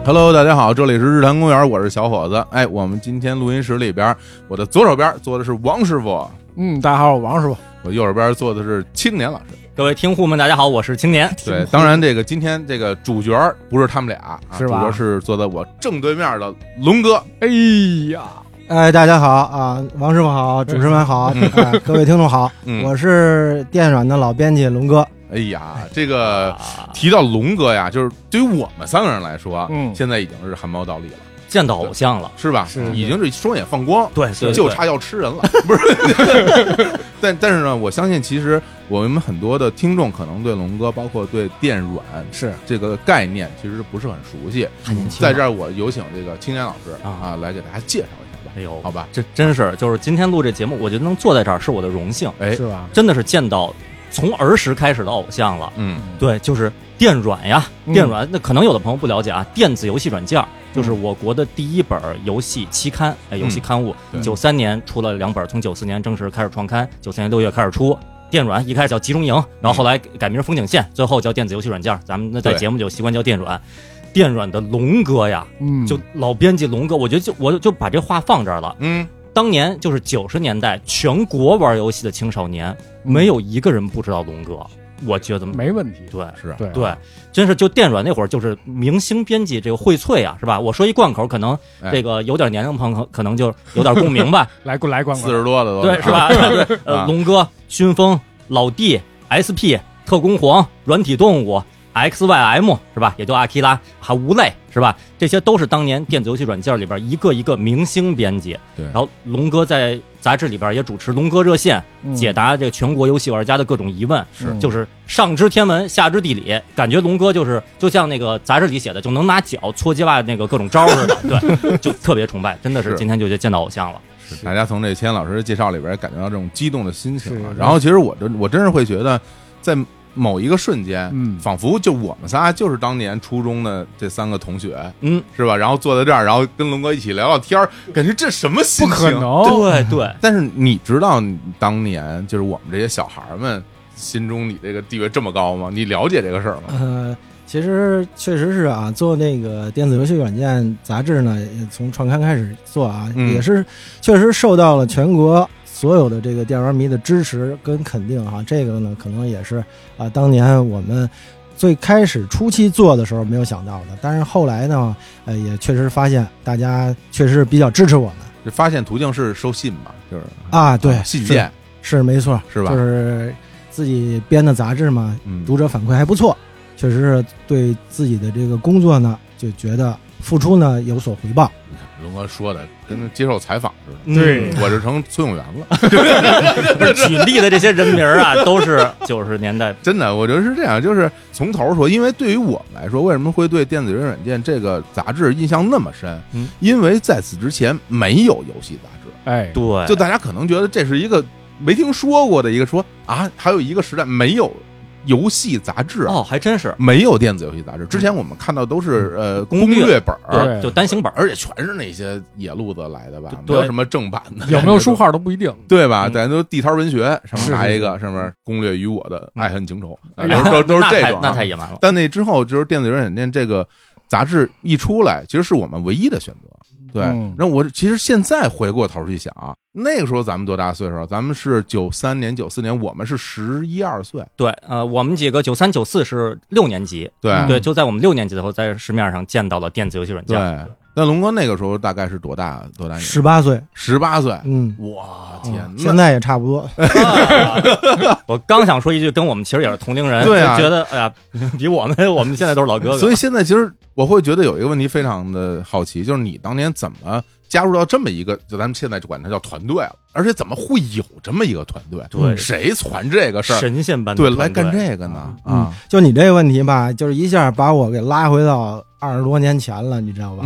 Hello， 大家好，这里是日坛公园，我是小伙子。哎，我们今天录音室里边，我的左手边坐的是王师傅， 大家好，我王师傅。 我右手边坐的是青年老师。 各位听户们，大家好，我是青年。 对，当然今天这个主角不是他们俩， 是吧？ 主角是坐在我正对面的龙哥。 哎呀， 哎，大家好啊，王师傅好，主持人好，各位听众好，我是电软的老编辑龙哥。 哎呀，这个提到龙哥呀，就是对于我们三个人来说，现在已经是汗毛倒立了， 见到偶像了， 是吧？ 是已经是双眼放光， 对， 就差要吃人了，不是？但是呢，我相信其实我们很多的听众可能对龙哥，包括对电软是这个概念，其实不是很熟悉。在这儿，我有请这个青年老师来给大家介绍一下吧。 哎呦， 好吧， 这真是就是今天录这节目，我觉得能坐在这儿是我的荣幸， 哎， 是吧？ 真的是见到从儿时开始的偶像了。对，就是电软呀，电软。那可能有的朋友不了解啊，电子游戏软件就是我国的第一本游戏期刊，游戏刊物。93年出了2本，从94年正式开始创刊，94年6月开始出。电软一开始叫集中营，然后后来改名风景线，最后叫电子游戏软件。咱们在节目就习惯叫电软。电软的龙哥呀，就老编辑龙哥，我觉得我就把这话放这儿了。当年就是90年代，全国玩游戏的青少年，没有一个人不知道龙哥。我觉得没问题， 对，是对，真是就电软那会儿就是明星编辑这个荟萃啊，是吧？我说一贯口，可能这个有点年龄朋友可能就有点共鸣吧。 来贯口 ，40多的都对，是吧？龙哥、熏风、老弟、SP、特工皇、软体动物。XYM 是吧？也就阿基拉，还无泪是吧？这些都是当年电子游戏软件里边一个一个明星编辑。 对， 然后龙哥在杂志里边也主持龙哥热线，解答这个全国游戏玩家的各种疑问。就是上知天文下知地理，感觉龙哥就像那个杂志里写的，就能拿脚搓鸡巴那个各种招似的。对，就特别崇拜，真的是今天就见到偶像了。 大家从这千老师的介绍里边也感觉到这种激动的心情了。然后其实我真是会觉得在某一个瞬间，仿佛就我们仨就是当年初中的这3个同学，是吧？然后坐在这儿，然后跟龙哥一起聊聊天，感觉这什么心情？ 不可能， 对。 但是你知道，当年就是我们这些小孩们心中你这个地位这么高吗？你了解这个事儿吗？ 其实确实是啊，做那个电子游戏软件杂志呢，从创刊开始做啊，也是确实受到了全国所有的这个电玩迷的支持跟肯定哈，这个呢可能也是当年我们最开始初期做的时候没有想到的，但是后来呢，也确实发现大家确实比较支持我们。 这发现途径是收信嘛，就是对， 信件是没错， 是吧？ 就是自己编的杂志嘛，读者反馈还不错，确实是对自己的这个工作呢，就觉得付出呢有所回报。 龙哥说的跟接受采访似的，对， 我是成崔永元了。 举例的这些人名啊，都是90年代。 真的，我觉得是这样，就是从头说，因为对于我们来说，为什么会对电子游戏软件这个杂志印象那么深？因为在此之前没有游戏杂志。 哎， 对， 就大家可能觉得这是一个没听说过的一个说还有一个时代没有游戏杂志还真是没有电子游戏杂志。之前我们看到都是攻略本， 对，就单行本， 而且全是那些野路子来的吧，没有什么正版的， 有没有书号都不一定， 对吧？大家都地摊文学上面拿一个，上面攻略与我的爱恨情仇，都是这种， 那太野蛮了。 但那之后就是电子游戏软件这个杂志一出来，其实是我们唯一的选择。对，然后我其实现在回过头去想那个时候咱们多大岁数？咱们是93年、94年，我们是11、12岁。 对，我们几个93、94是6年级。对，就在我们6年级的时候，在市面上见到了电子游戏软件。 对，那龙哥那个时候大概是多大年 ？18岁。 18岁。哇，天哪！ 现在也差不多。 我刚想说一句，跟我们其实也是同龄人， 对啊， 觉得哎呀，比我们现在都是老哥哥。 所以现在其实我会觉得有一个问题非常的好奇，就是你当年怎么加入到这么一个，就咱们现在就管它叫团队了，而且怎么会有这么一个团队？ 对， 谁传这个事儿？ 神仙般的对，来干这个呢？ 就你这个问题吧，就是一下把我给拉回到20多年前了，你知道吧？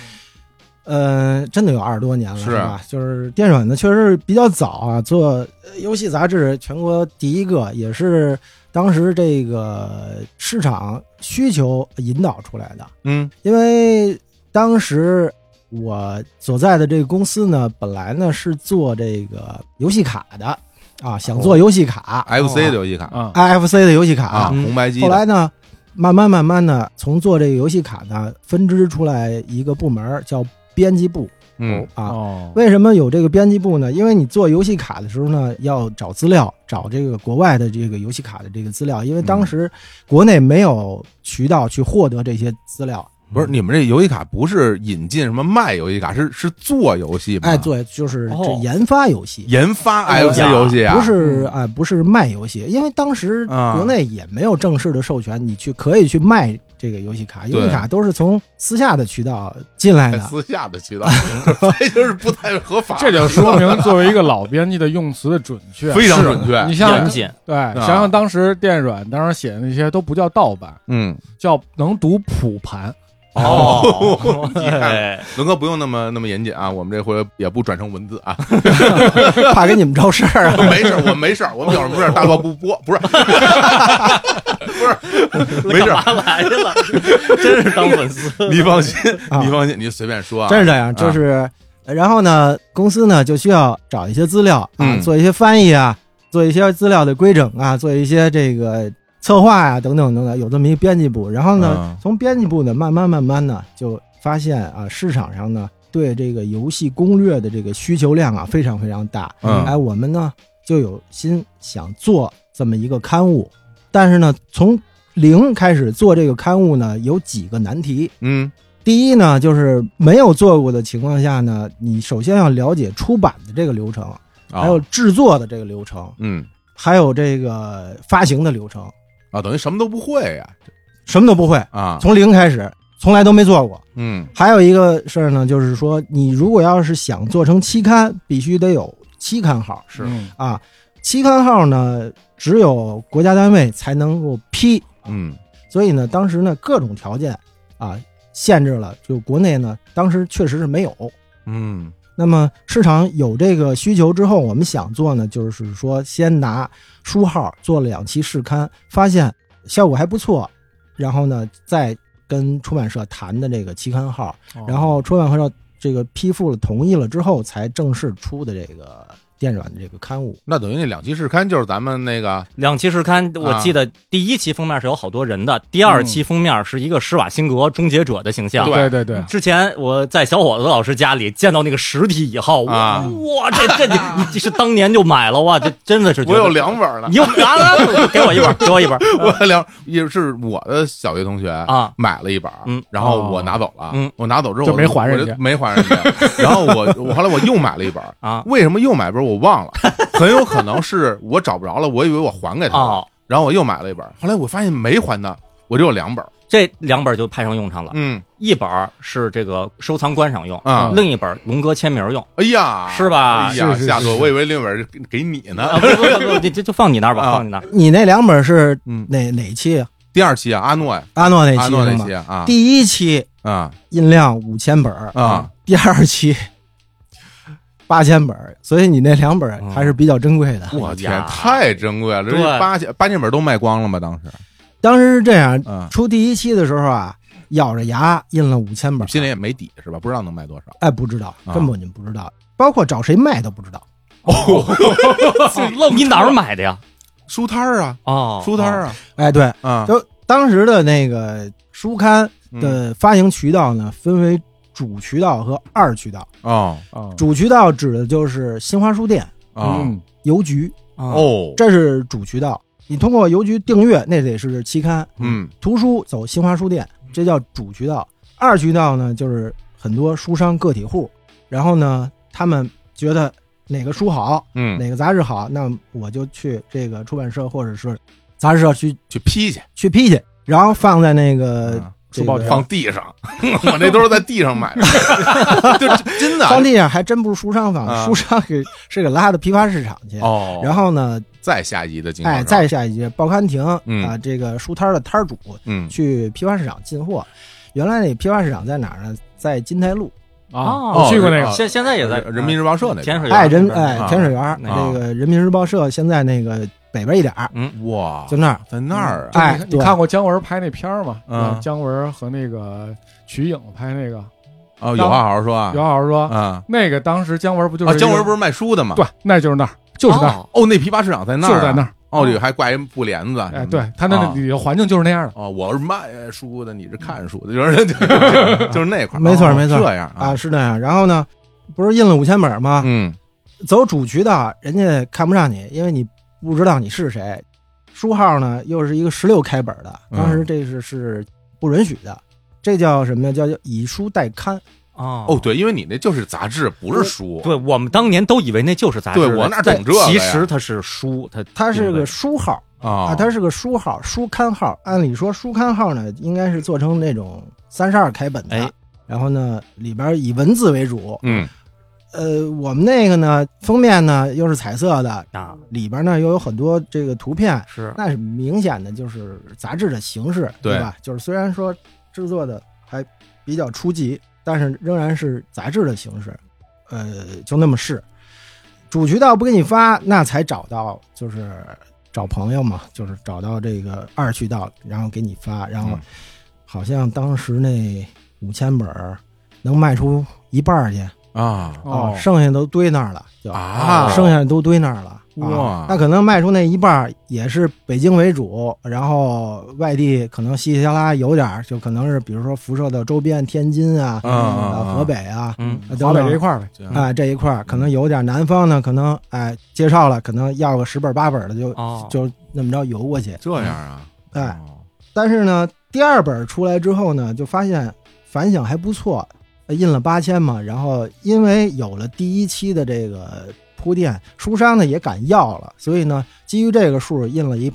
真的有20多年了，是吧？就是电软呢，确实比较早做游戏杂志，全国第一个，也是当时这个市场需求引导出来的。因为当时我所在的这个公司呢，本来呢是做这个游戏卡的想做游戏卡 ，FC 的游戏卡 ，FC 的游戏卡， 红白机。 后来呢， 慢慢的从做这个游戏卡呢，分支出来一个部门叫编辑部。为什么有这个编辑部呢？因为你做游戏卡的时候呢，要找资料，找这个国外的这个游戏卡的这个资料，因为当时国内没有渠道去获得这些资料。 不是，你们这游戏卡不是引进什么卖游戏卡，是做游戏吗？ 对，就是这研发游戏， 研发 FC 游戏啊， 不是卖游戏，因为当时国内也没有正式的授权，你可以去卖这个游戏卡，游戏卡都是从私下的渠道进来的， 私下的渠道，这就是不太合法。 这就说明作为一个老编辑的用词的准确， 非常准确。 你像严谨， 对，想想当时电软当时写的那些都不叫盗版，叫能读谱盘。 对， 龙哥不用那么严谨啊，我们这回也不转成文字啊， 怕给你们招事儿啊。 没事，我们没事，我们有什么事大报不播，不是，没事， 干嘛来了？真是当粉丝。 你放心，你随便说啊。 真是这样，就是，然后呢，公司呢就需要找一些资料啊，做一些翻译啊，做一些资料的规整啊，做一些这个策划呀，等等等等，有这么一个编辑部。然后呢，从编辑部呢，慢慢呢，就发现啊，市场上呢对这个游戏攻略的这个需求量啊，非常非常大。我们呢就有心想做这么一个刊物，但是呢，从零开始做这个刊物呢，有几个难题。第一呢，就是没有做过的情况下呢，你首先要了解出版的这个流程，还有制作的这个流程，还有这个发行的流程。 等于什么都不会呀， 什么都不会啊，从零开始，从来都没做过。还有一个事儿呢，就是说，你如果要是想做成期刊，必须得有期刊号， 是啊，期刊号呢，只有国家单位才能够批，所以呢，当时呢，各种条件啊，限制了，就国内呢，当时确实是没有，那么市场有这个需求之后，我们想做呢，就是说先拿书号做了2期试刊，发现效果还不错，然后呢再跟出版社谈的这个期刊号，然后出版社这个批复了同意了之后，才正式出的这个电软的这个刊物。 那等于那2期试刊就是咱们那个 2期试刊，我记得第1期封面是有好多人的，第2期封面是一个施瓦辛格终结者的形象。 对， 之前我在小伙子老师家里见到那个实体以后，哇，这是当年就买了哇，这真的是我有2本呢， 你有给我一本，给我一本， 也是我的小学同学啊买了一本，然后我拿走了，我拿走之后就没还人家， 然后我后来我又买了一本啊，为什么又买一本我忘了，很有可能是我找不着了，我以为我还给他了，然后我又买了一本，后来我发现没还他，我就有2本， 这2本就派上用场了。一本是这个收藏观赏用啊， 另一本龙哥签名用。 哎呀， 是吧？ 哎呀，吓死我！我以为另一本给你呢。 不，就放你那儿吧，放你那儿。 你那2本是哪期啊？ 第2期啊，阿诺那期啊。 第1期啊， 印量5000本啊，第2期8000本，所以你那2本还是比较珍贵的。 我天，太珍贵了！这8000本都卖光了吗？ 当时是这样，出第1期的时候啊，咬着牙印了5000本， 心里也没底是吧？不知道能卖多少。 哎，不知道，根本就不知道，包括找谁卖都不知道。 你哪儿买的呀？ 书摊啊，书摊啊。 哎，对啊，就当时的那个书刊的发行渠道呢，分为主渠道和2渠道。主渠道指的就是新华书店邮局这是主渠道。你通过邮局订阅，那得是期刊。图书走新华书店，这叫主渠道。2渠道呢，就是很多书商个体户，然后呢，他们觉得哪个书好，哪个杂志好，那我就去这个出版社或者是杂志社去批去，然后放在那个书报放地上，我这都是在地上买的，就真的放地上还真不是书商放，书商是给拉到批发市场去。然后呢， 再下一级的经销商，再下一级报刊亭啊，这个书摊的摊主去批发市场进货。原来那批发市场在哪儿呢？在金台路我去过那个， 现在也在人民日报社那甜水园。 甜水园那个人民日报社现在那个北边一点哇， 就那儿， 在那儿啊。 你看过姜文拍那片吗？姜文和那个瞿颖拍那个。 有话好好说啊！ 有话好好说那个当时姜文不就是姜文不是卖书的吗？ 对，那就是那儿，就是那儿。 那批发市场在那儿， 就在那儿。 哦，里还挂一布帘子， 哎，对，他那旅游环境就是那样的。 哦，我是卖书的，你是看书的，就是那块儿。 没错， 这样啊，是这样。然后呢，不是印了5000本吗？走主渠道，人家看不上你，因为你不知道你是谁。书号呢，又是一个16开本的，当时这是不允许的，这叫什么呀？叫以书代刊。 哦，对，因为你那就是杂志，不是书。 对，我们当年都以为那就是杂志。 对，我哪懂这个呀？ 其实它是书， 它是个书号啊，它是个书号，书刊号。按理说，书刊号呢，应该是做成那种32开本的，然后呢，里边以文字为主。我们那个呢，封面呢又是彩色的啊，里边呢又有很多这个图片，那是明显的就是杂志的形式，对吧？就是虽然说制作的还比较初级。但是仍然是杂志的形式，就那么试。主渠道不给你发，那才找到，就是找朋友嘛，就是找到这个2渠道，然后给你发。然后好像当时那5000本能卖出一半去剩下都堆那儿了，剩下都堆那儿了。哇，那可能卖出那一半也是北京为主，然后外地可能稀稀拉拉有点，就可能是比如说辐射到周边天津啊、河北啊， 华北这一块呗，这一块可能有点。南方呢，可能介绍了，可能要个10本8本的就那么着游过去。 这样啊， 但是呢，第2本出来之后呢，就发现反响还不错，印了8000嘛，然后因为有了第1期的这个铺垫，书商呢也敢要了，所以呢，基于这个数印了一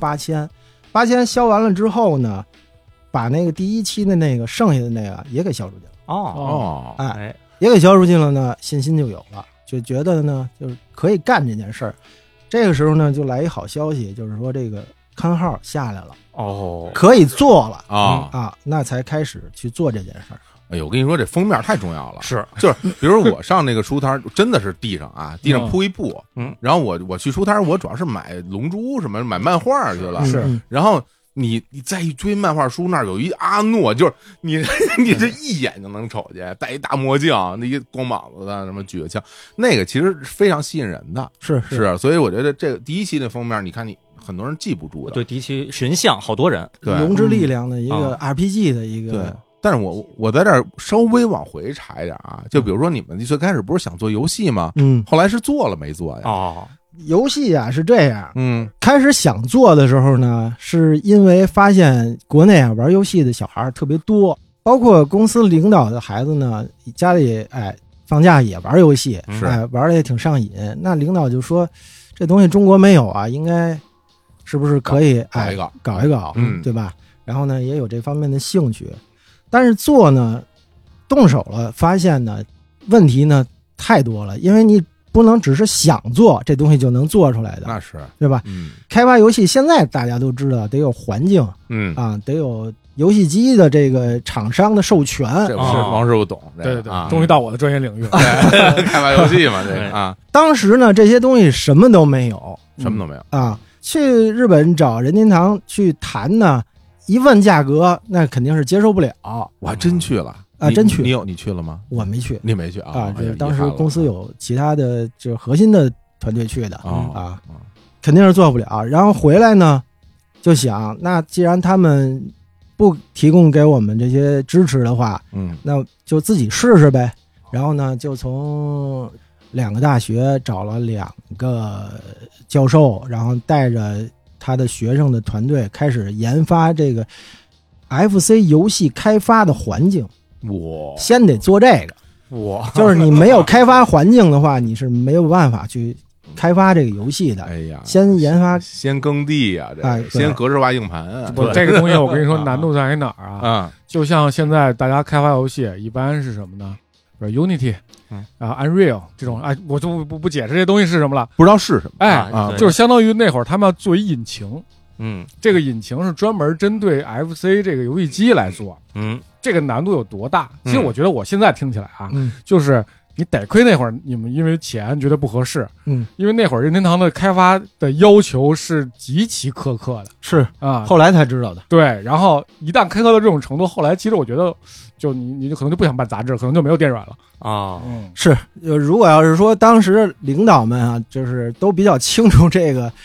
8000销完了之后呢，把那个第1期的那个剩下的那个也给销出去了。也给销出去了呢，信心就有了，就觉得呢就是可以干这件事儿。这个时候呢，就来一好消息，就是说这个刊号下来了，可以做了那才开始去做这件事儿。 哎呦，我跟你说，这封面太重要了。就是比如我上那个书摊，真的是地上铺一布，然后我去书摊，我主要是买龙珠什么，买漫画去了。然后你再一追漫画书，那儿有一阿诺，就是你这一眼就能瞅见，戴一大墨镜，那一光膀子的，什么举个枪，那个其实非常吸引人的。 是， 所以我觉得这个第1期的封面，你看很多人记不住的。 对，第1期群像好多人， 对， 龙之力量的一个 RPG 的一个。 对。但是我在这儿稍微往回查一点就比如说你们最开始不是想做游戏吗？后来是做了没做呀？ 游戏是这样，开始想做的时候呢，是因为发现国内玩游戏的小孩特别多，包括公司领导的孩子呢，家里放假也玩游戏，玩的也挺上瘾。那领导就说，这东西中国没有应该是不是可以搞一搞，对吧？然后呢，也有这方面的兴趣。但是做呢，动手了，发现呢，问题呢太多了，因为你不能只是想做这东西就能做出来的， 那是对吧？开发游戏现在大家都知道得有环境，得有游戏机的这个厂商的授权。 这不是王师傅懂， 对，终于到我的专业领域了， 开发游戏嘛，这个当时呢，这些东西什么都没有，去日本找任天堂去谈呢。一问价格，那肯定是接受不了。 我还真去了真去。 你去了吗？ 我没去， 你没去这当时公司有其他的就是核心的团队去的肯定是做不了。然后回来呢，就想那既然他们不提供给我们这些支持的话，那就自己试试呗。然后呢，就从2个大学找了2个教授，然后带着他的学生的团队开始研发这个 FC 游戏开发的环境。先得做这个，就是你没有开发环境的话，你是没有办法去开发这个游戏的。先研发， 先耕地啊，先格式化硬盘啊。 这个东西我跟你说，难度在于哪儿啊？就像现在大家开发游戏，一般是什么呢？Unity。Unreal 这种我就不解释这些东西是什么了， 不知道是什么。 就是相当于那会儿他们要做一引擎，这个引擎是专门针对 FC 这个游戏机来做，这个难度有多大？其实我觉得我现在听起来就是你得亏那会儿你们因为钱觉得不合适，因为那会儿任天堂的开发的要求是极其苛刻的， 是后来才知道的。 对，然后一旦苛刻到这种程度，后来其实我觉得就你可能就不想办杂志，可能就没有电软了。 是，如果要是说当时领导们就是都比较清楚这个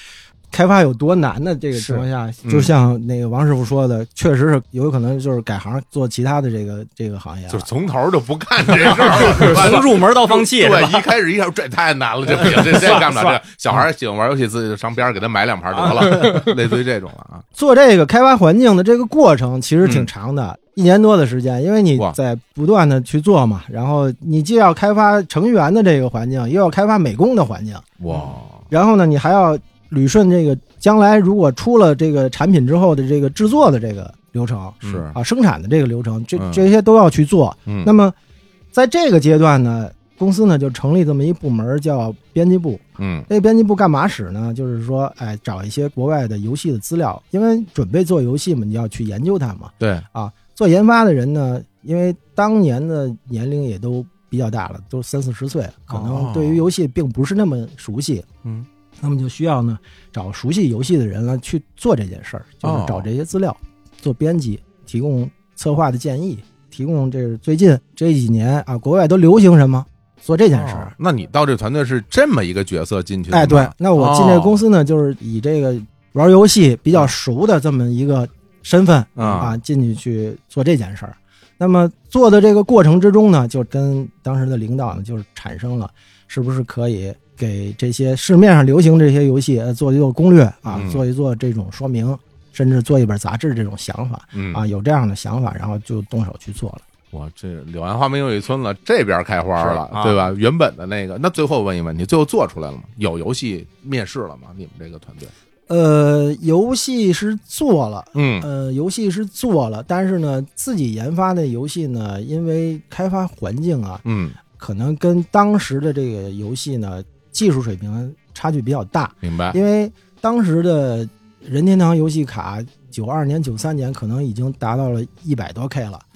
开发有多难的这个情况下，就像那个王师傅说的，确实是有可能就是改行做其他的这个行业， 就是从头就不干这事儿了， 从入门到放弃。 对，一开始一下这太难了，这不行，这干不了。这小孩喜欢玩游戏，自己就上边给他买2盘得了，类似于这种了啊。 做这个开发环境的这个过程其实挺长的，1年多的时间，因为你在不断的去做嘛，然后你既要开发程序员的这个环境，又要开发美工的环境， 哇， 然后呢，你还要捋顺这个将来如果出了这个产品之后的这个制作的这个流程， 是啊，生产的这个流程，这些都要去做。那么在这个阶段呢，公司呢就成立这么一部门叫编辑部。这个编辑部干嘛使呢？就是说，找一些国外的游戏的资料，因为准备做游戏嘛，你要去研究它嘛。 对啊，做研发的人呢，因为当年的年龄也都比较大了，都30-40岁，可能对于游戏并不是那么熟悉。那么就需要呢找熟悉游戏的人来去做这件事儿，就是找这些资料，做编辑，提供策划的建议，提供这最近这几年啊国外都流行什么，做这件事儿。 那你到这团队是这么一个角色进去的吗？ 对，那我进这个公司呢，就是以这个玩游戏比较熟的这么一个身份进去做这件事儿。那么做的这个过程之中呢，就跟当时的领导呢，就是产生了是不是可以给这些市面上流行这些游戏做一做攻略啊，做一做这种说明，甚至做一本杂志这种想法有这样的想法，然后就动手去做了。 哇，这柳暗花明又一村了，这边开花了，对吧？原本的那个，那最后问一问题，最后做出来了吗？有游戏面世了吗？你们这个团队？ 游戏是做了，游戏是做了，但是呢，自己研发的游戏呢，因为开发环境啊，可能跟当时的这个游戏呢，技术水平差距比较大。 明白？ 因为当时的任天堂游戏卡，92年、93年可能已经达到了100多 K 了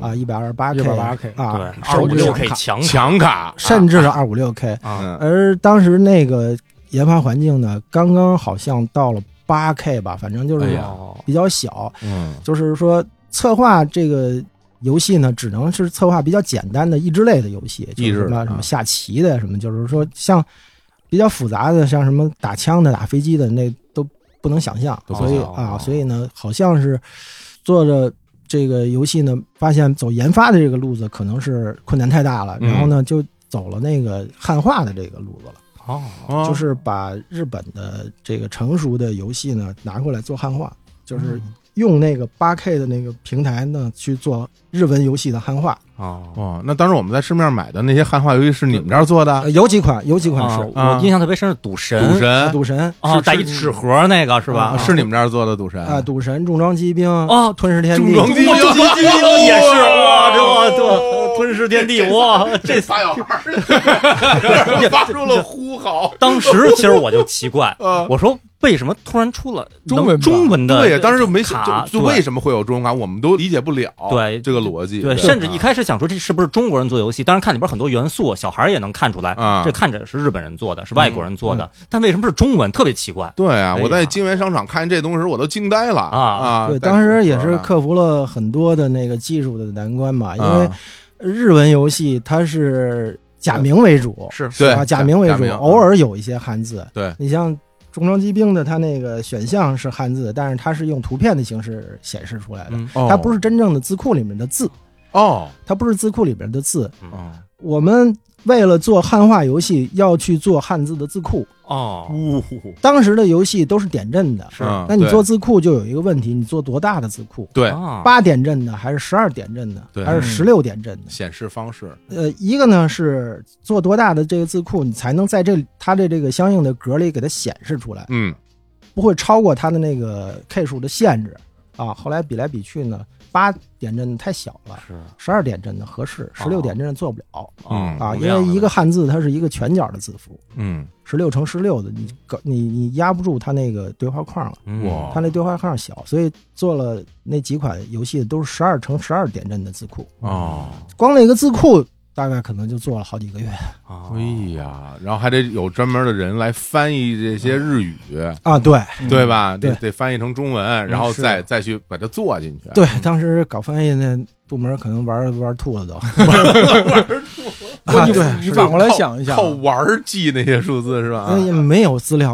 ，128K 啊，对，256K 强卡， 甚至是256K 而当时那个研发环境呢，刚刚好像到了8K 吧，反正就是比较小。就是说策划这个游戏呢，只能是策划比较简单的益智类的游戏，就是什么下棋的什么，就是说像比较复杂的，像什么打枪的、打飞机的，那都不能想象。所以呢，好像是做着这个游戏呢，发现走研发的这个路子可能是困难太大了，然后呢，就走了那个汉化的这个路子了。就是把日本的这个成熟的游戏呢拿过来做汉化，就是用那个8K 的那个平台呢去做日文游戏的汉化。 那当时我们在市面上买的那些汉化游戏是你们这儿做的？ 有几款是我印象特别深是赌神带一纸盒那个是吧？ 是你们这儿做的赌神啊？赌神、重装机兵吞噬天地， 重装机兵也是哇，这吞噬天地哇，这仨小孩发出了呼号。 当时其实我就奇怪，我说为什么突然出了中文的？ 对呀，当时就没想，就为什么会有中文卡，我们都理解不了。 对这个逻辑， 对，甚至一开始想说这是不是中国人做游戏？当然看里边很多元素，小孩也能看出来，这看着是日本人做的，是外国人做的，但为什么是中文？特别奇怪。 对啊，我在金源商场看这东西时，我都惊呆了对，当时也是克服了很多的那个技术的难关嘛，因为日文游戏它是假名为主， 是假名为主，偶尔有一些汉字。 对， 你像重装机兵的，它那个选项是汉字，但是它是用图片的形式显示出来的，它不是真正的字库里面的字。它不是字库里边的字。我们为了做汉化游戏，要去做汉字的字库。当时的游戏都是点阵的，那你做字库就有一个问题，你做多大的字库？ 对 ，8点阵的还是12点阵的，还是16点阵的？ 显示方式。 一个呢是做多大的这个字库，你才能在它的这个相应的格里给它显示出来，不会超过它的那个 K 数的限制啊。后来比来比去呢，8点阵的太小了，12点阵的合适，16点阵的做不了因为一个汉字它是一个全角的字符，16乘16的，你压不住它那个对话框了，它那对话框小，所以做了那几款游戏都是12乘12点阵的字库光那个字库大概可能就做了好几个月。 哎呀，然后还得有专门的人来翻译这些日语对吧？得翻译成中文，然后再去把它做进去。 对，当时搞翻译那部门可能玩吐了都。 对，你反过来想一想， 靠玩记那些数字是吧？ 没有资料嘛。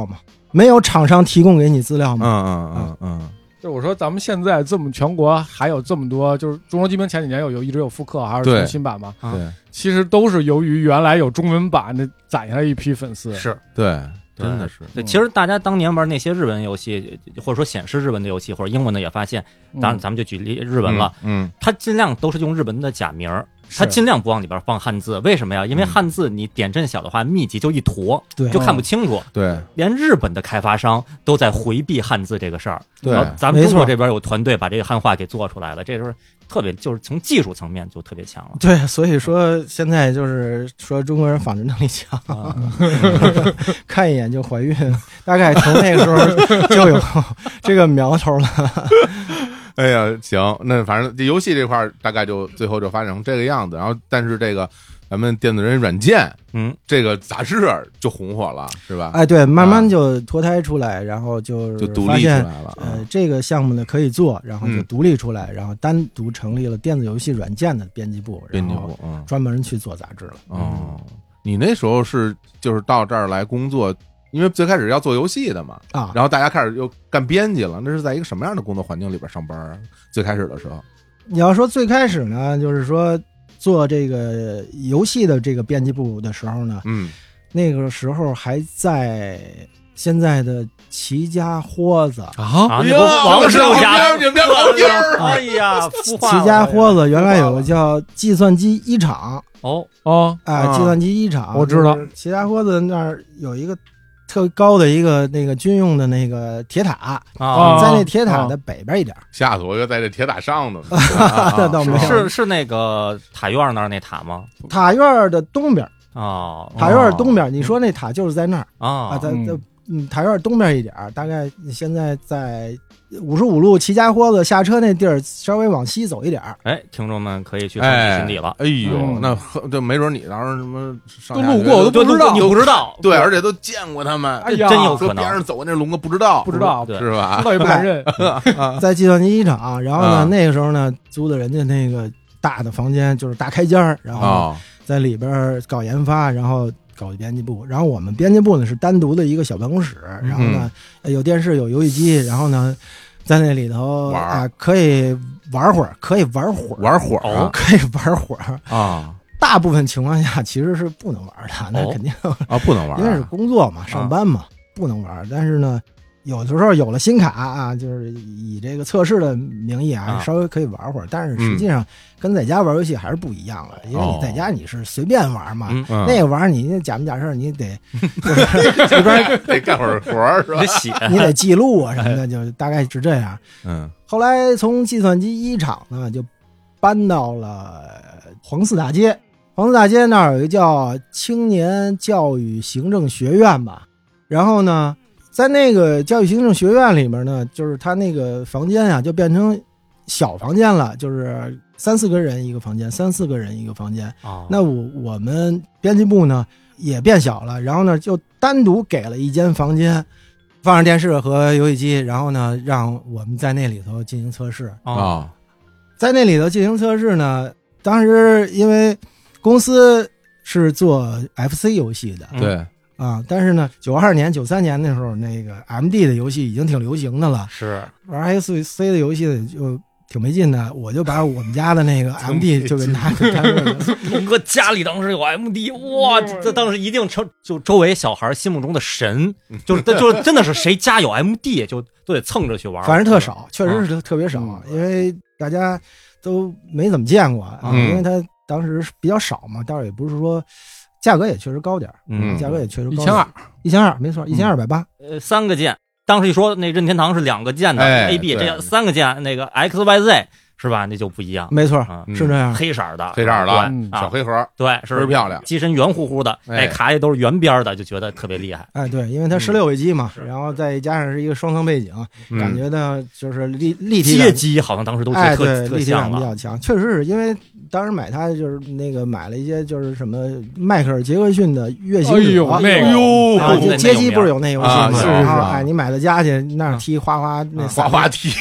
没有厂商提供给你资料吗？ 就我说咱们现在这么全国还有这么多，就是《中国机兵》前几年一直有复刻，还是重新版嘛？ 对， 其实都是由于原来有中文版的攒下来一批粉丝。 是， 对。真的是， 对，其实大家当年玩那些日文游戏，或者说显示日文的游戏，或者英文的，也发现，当然咱们就举例日文了，它尽量都是用日文的假名，它尽量不往里边放汉字，为什么呀？因为汉字你点阵小的话，密集就一坨， 对， 就看不清楚。 对， 连日本的开发商都在回避汉字这个事儿。 对， 咱们中国这边有团队把这个汉化给做出来了，这就是特别，就是从技术层面就特别强了。 对，所以说现在就是说中国人仿制能力强，看一眼就怀孕，大概从那个时候就有这个苗头了。 哎呀，行，那反正游戏这块大概就最后就发展成这个样子，然后但是这个咱们电子人软件，这个杂志就红火了，是吧？ 哎，对，慢慢就脱胎出来，然后就独立出来了。 这个项目呢可以做，然后就独立出来，然后单独成立了电子游戏软件的编辑部，然后专门去做杂志了。 哦，你那时候就是到这儿来工作。因为最开始要做游戏的嘛，然后大家开始又干编辑了，那是在一个什么样的工作环境里边上班啊？最开始的时候， 你要说最开始呢，就是说做这个游戏的这个编辑部的时候呢，那个时候还在现在的齐家豁子啊，那王师傅家， 你们家老弟儿， 哎呀， 齐家豁子原来有个叫计算机一厂，计算机一厂， 我知道， 齐家豁子那儿有一个特高的一个那个军用的那个铁塔在那铁塔的北边一点， 吓死我！又在这铁塔上呢， 那倒没有， 是那个塔院那儿那塔吗？ 塔院的东边塔院东边，你说那塔就是在那儿在塔院东边一点，大概现在在55路齐家豁子下车那地儿，稍微往西走一点。 哎，听众们可以去探底心底了。 哎呦，那这没准你当时什么都路过，我都不知道， 你不知道， 对，而且都见过他们， 哎呀，真有可能。 边上走过那龙哥不知道， 是吧？ 知道也不敢认。 在计算机一厂，然后呢，那个时候呢，租的人家那个大的房间，就是大开间，然后在里边搞研发，然后搞编辑部，然后我们编辑部呢是单独的一个小办公室，然后呢有电视有游戏机，然后呢在那里头可以玩会儿，可以玩会儿啊。大部分情况下其实是不能玩的，那肯定不能玩， 因为是工作嘛，上班嘛，不能玩。但是呢，有的时候有了新卡就是以这个测试的名义稍微可以玩会儿，但是实际上跟在家玩游戏还是不一样的，因为你在家你是随便玩嘛，那个玩你假模假式你得这边得干会儿活是吧？ 你得记录什么的，就大概是这样。后来从计算机一厂呢就搬到了黄四大街，黄四大街那儿有一个叫青年教育行政学院吧，然后呢在那个教育行政学院里面呢，就是他那个房间就变成小房间了，就是3-4个人一个房间，3-4个人一个房间。那我们编辑部呢也变小了，然后呢就单独给了一间房间，放上电视和游戏机，然后呢让我们在那里头进行测试在那里头进行测试呢，当时因为公司是做 FC 游戏的， 对。 但是呢，92年、93年那时候，那个 MD 的游戏已经挺流行的了。 是玩 FC 的游戏就挺没劲的，我就把我们家的那个 MD 就给拿给他了。 龙哥家里当时有 MD， 哇，这当时一定就周围小孩心目中的神，就是真的是谁家有 MD 就都得蹭着去玩。 反正特少，确实是特别少，因为大家都没怎么见过因为它当时比较少嘛，倒是也不是说。价格也确实高点价格也确实高，1200，没错，1280。 3个键，当时一说那任天堂是2个键的 AB， 这3个键那个 XYZ 是吧？那就不一样， 没错，是这样， 黑色的， 小黑盒， 对，是漂亮， 机身圆乎乎的，卡也都是圆边的，就觉得特别厉害。 对，因为它16位机嘛，然后再加上是一个双层背景，感觉呢就是立体感， 街机好像当时都特立体感比较强，确实是因为。当时买它就是那个买了一些就是什么迈克尔·杰克逊的《月行者》，街机不是有那游戏吗？是，你买到家去那儿踢滑滑梯，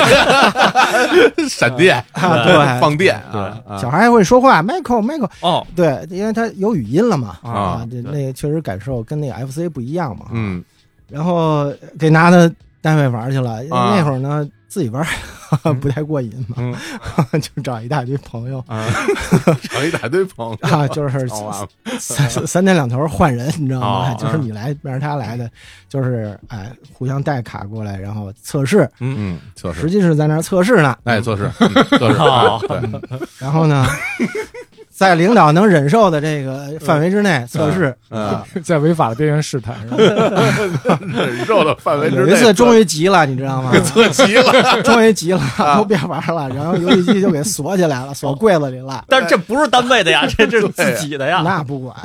闪电对， 放电对，小孩还会说话 ，Michael 对，因为它有语音了嘛那个确实感受跟那个 FC 不一样嘛然后给拿到单位玩去了。那会儿呢，自己玩不太过瘾嘛，就找一大堆朋友， 找一大堆朋友啊，就是三天两头换人，你知道吗？就是你来，不然他来的，就是互相带卡过来，然后测试， 测试， 实际是在那儿测试呢， 测试，测试，对， 然后呢。在领导能忍受的这个范围之内测试， 在违法的边缘试探， 忍受的范围之内。 有一次终于急了，你知道吗？ 测急了， 终于急了，都别玩了，然后游戏机就给锁起来了，锁柜子里了。 但是这不是单位的呀，这是自己的呀。 那不管，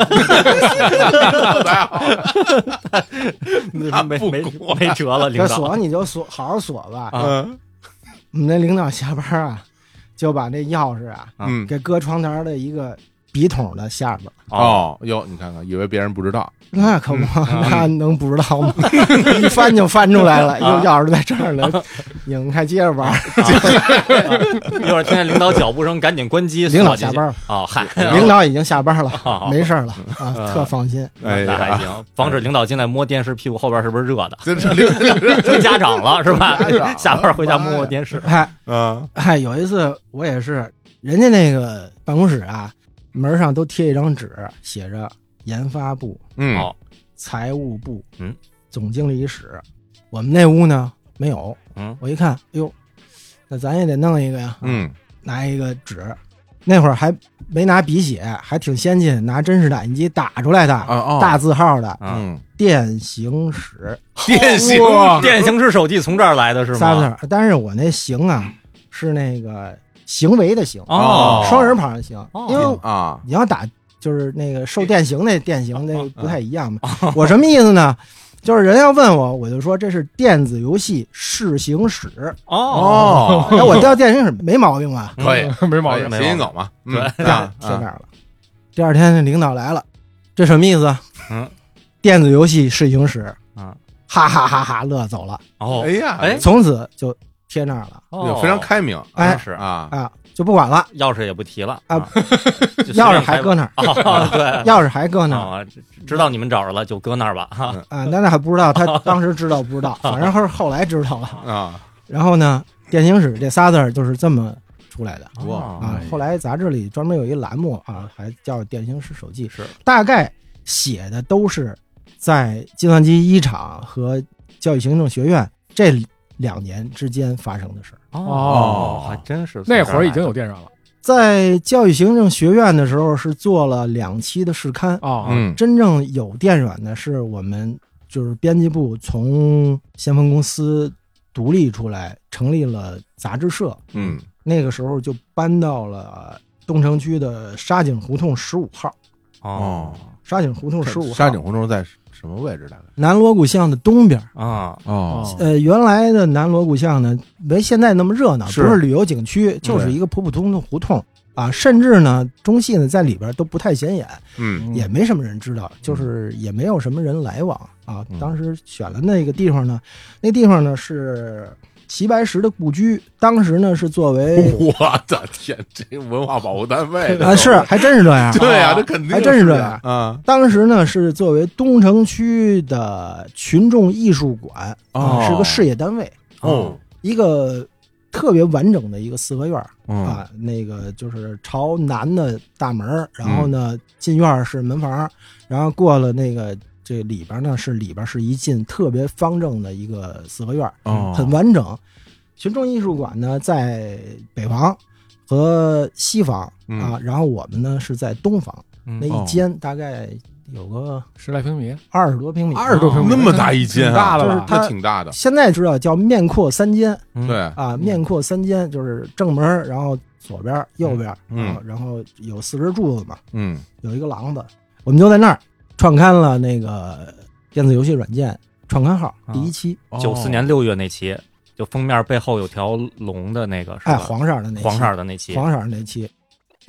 没辙了，领导。 锁你就锁，好好锁吧。我们那领导下班啊。就把那钥匙啊，给搁床台的一个笔筒的下边。 哟，你看看，以为别人不知道， 那可不，那能不知道吗？一翻就翻出来了，又钥匙在这儿呢，拧开接着玩。 一会儿听见领导脚步声，赶紧关机。 领导下班了啊，嗨， 领导已经下班了，没事了啊，特放心。 那还行，防止领导进来摸电视，屁股后边是不是热的？成家长了是吧？下班回家摸摸电视。 有一次我也是，人家那个办公室啊。门上都贴一张纸，写着研发部、财务部、总经理室。我们那屋呢没有，我一看，哟，那咱也得弄一个呀，拿一个纸，那会儿还没拿笔写，还挺先进，拿真实打印机打出来的，大字号的，电行室， 电行室手机从这儿来的是吗？ 但是我那行啊是那个。行为的行双人旁的行，因为你要打就是那个受电刑那电刑那不太一样嘛。我什么意思呢？就是人要问我，我就说这是电子游戏试行室。那我调电行室没毛病吧？ 可以， 没毛病， 谐音梗嘛。 对， 贴这儿了。第二天领导来了，这什么意思？电子游戏试行室。哈哈哈哈乐走了。 哎呀， 从此就。贴那儿了， 非常开明， 是就不管了， 钥匙也不提了钥匙还搁那儿， 对， 钥匙还搁那儿， 知道你们找着了就搁那儿吧， 那还不知道，他当时知道不知道，反正后来知道了然后呢，电行室这仨字儿就是这么出来的后来杂志里专门有一栏目还叫电行室手记， 是大概写的都是在计算机一厂和教育行政学院这2年之间发生的事还真是那会儿已经有电软了。 在教育行政学院的时候是做了2期的试刊真正有电软的是我们就是编辑部从先锋公司独立出来，成立了杂志社。那个时候就搬到了东城区的沙井胡同15号。沙井胡同15号。 沙井胡同在什么位置？大概南锣鼓巷的东边原来的南锣鼓巷呢，没现在那么热闹，不是旅游景区，就是一个普普通的胡同甚至呢，中戏呢在里边都不太显眼，也没什么人知道，就是也没有什么人来往当时选了那个地方呢，那地方呢是齐白石的故居，当时呢是作为我的天，这文化保护单位是还真是这样， 对呀，这肯定还真是这样当时呢是作为东城区的群众艺术馆是个事业单位一个特别完整的一个4合院那个就是朝南的大门，然后呢进院是门房，然后过了那个。这里边呢是一进特别方正的一个4合院很完整。群众艺术馆呢在北房和西房然后我们呢是在东房那一间大概有个 10来平米 ，20多平米 ，20多平米， 那么大一间， 大了， 就是它挺大的。 现在知道叫面阔3间， 对面阔3间就是正门，然后左边、右边然后有4根柱子嘛，有一个廊子，我们就在那儿。创刊了那个电子游戏软件创刊号第1期 ，94年6月那期，就封面背后有条龙的那个， 黄色的那期， 黄色的那期，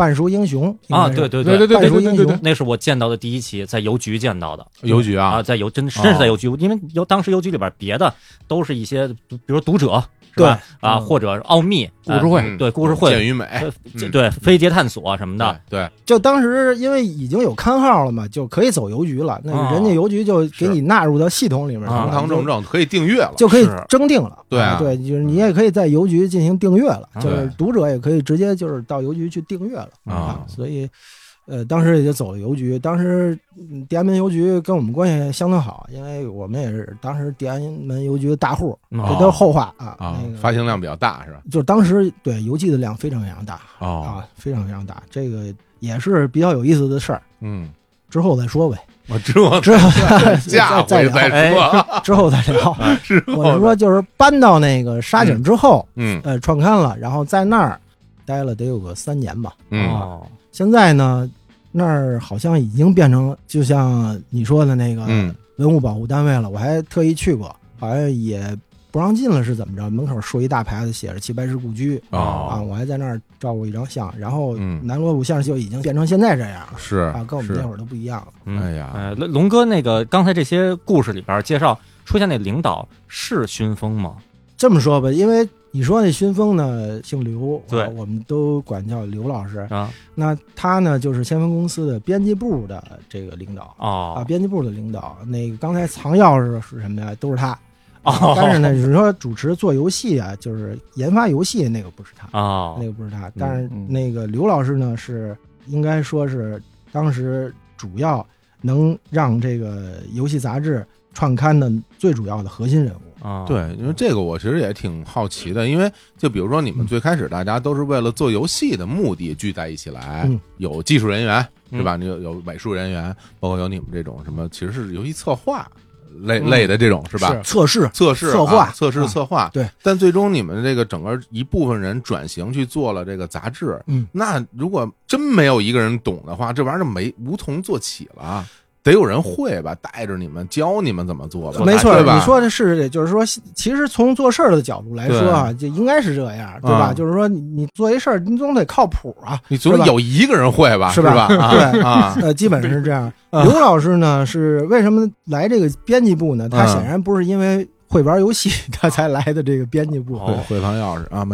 半熟英雄啊，对， 半熟英雄， 那是我见到的第一期，在邮局见到的。 邮局啊， 在真是在邮局，因为当时邮局里边别的都是一些，比如读者。是吧？啊，或者奥秘故事会， 对故事会， 健与美， 对飞碟探索什么的， 对。 就当时因为已经有刊号了嘛，就可以走邮局了。那人家邮局就给你纳入到系统里面， 堂堂正正可以订阅了， 就可以征订了。 对对，就是你也可以在邮局进行订阅了，就是读者也可以直接就是到邮局去订阅了啊。所以。当时也就走了邮局。当时地安门邮局跟我们关系相当好，因为我们也是当时地安门邮局的大户，这都是后话啊。那个发行量比较大是吧？ 就是当时对邮寄的量非常非常大非常非常大。这个也是比较有意思的事儿。之后再说呗。 我之后下回再说， 之后再聊。我是说，就是搬到那个沙井之后，创刊了，然后在那儿待了得有个3年吧。现在呢，那儿好像已经变成就像你说的那个文物保护单位了。我还特意去过，好像也不让进了，是怎么着？门口竖一大牌子，写着齐白石故居我还在那儿照过一张相。然后南锣鼓巷就已经变成现在这样了， 是啊，跟我们那会儿都不一样了。 哎呀， 龙哥，那个刚才这些故事里边介绍出现那领导是熏风吗？ 这么说吧，因为你说那熏风呢姓刘， 对， 我们都管叫刘老师啊。 那他呢就是先锋公司的编辑部的这个领导编辑部的领导。那个刚才藏钥匙是什么呀？都是他但是呢，你说主持做游戏啊，就是研发游戏那个不是他那个不是他。但是那个刘老师呢，是应该说是当时主要能让这个游戏杂志创刊的最主要的核心人物。 对，因为这个我其实也挺好奇的，因为就比如说你们最开始大家都是为了做游戏的目的聚在一起来，有技术人员是吧？你有美术人员，包括有你们这种什么，其实是游戏策划类的这种是吧？ 测试、 策划， 对。 但最终你们这个整个一部分人转型去做了这个杂志，那如果真没有一个人懂的话，这玩意儿无从做起了。得有人会吧，带着你们教你们怎么做吧。 没错，你说的是，就是说，其实从做事儿的角度来说啊，就应该是这样，对吧？就是说，你做一事儿，你总得靠谱啊， 你总得有一个人会吧， 是吧？对基本上是这样。刘老师呢，是为什么来这个编辑部呢？他显然不是因为会玩游戏他才来的这个编辑部， 会藏钥匙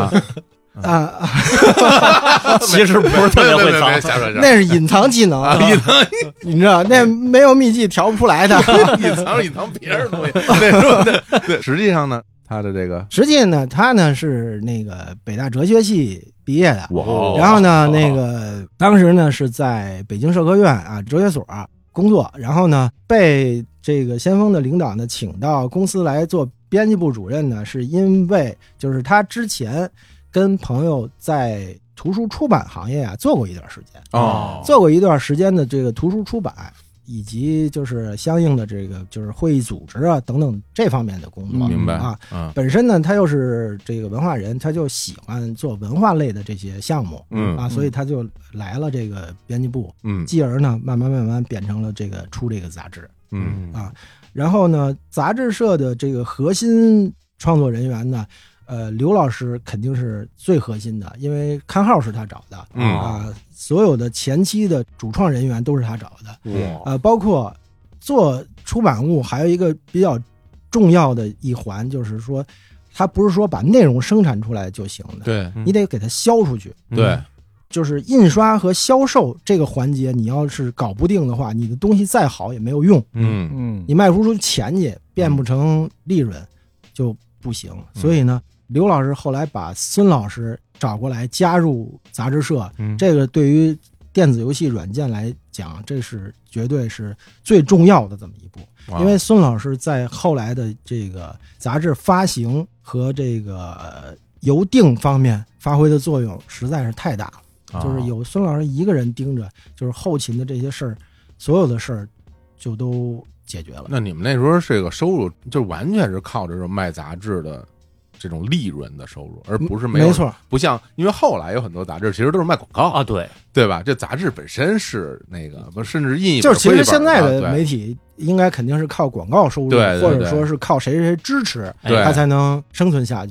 其实不是特别会藏， 那是隐藏技能隐藏， 你知道那没有秘籍调不出来的， 隐藏别人东西。对，实际上呢，他的这个他呢是那个北大哲学系毕业的，然后呢那个当时呢是在北京社科院哲学所工作，然后呢被这个先锋的领导呢请到公司来做编辑部主任呢，是因为就是他之前跟朋友在图书出版行业做过一段时间做过一段时间的这个图书出版，以及就是相应的这个就是会议组织等等这方面的工作。 明白本身呢他又是这个文化人，他就喜欢做文化类的这些项目所以他就来了这个编辑部继而呢慢慢变成了这个出这个杂志然后呢杂志社的这个核心创作人员呢刘老师肯定是最核心的，因为刊号是他找的所有的前期的主创人员都是他找的包括做出版物还有一个比较重要的一环，就是说他不是说把内容生产出来就行的， 对， 你得给它销出去， 对， 就是印刷和销售这个环节你要是搞不定的话，你的东西再好也没有用你卖不出钱去，变不成利润就不行所以呢刘老师后来把孙老师找过来加入杂志社这个对于电子游戏软件来讲，这是绝对是最重要的这么一步因为孙老师在后来的这个杂志发行和这个邮订方面发挥的作用实在是太大了就是有孙老师一个人盯着，就是后勤的这些事儿，所有的事儿就都解决了。 那你们那时候这个收入就完全是靠着这卖杂志的这种利润的收入，而不是没错，不像因为后来有很多杂志其实都是卖广告对吧？这杂志本身是那个不甚至印一本， 就是其实现在的媒体应该肯定是靠广告收入， 对或者说是靠谁支持，他才能生存下去。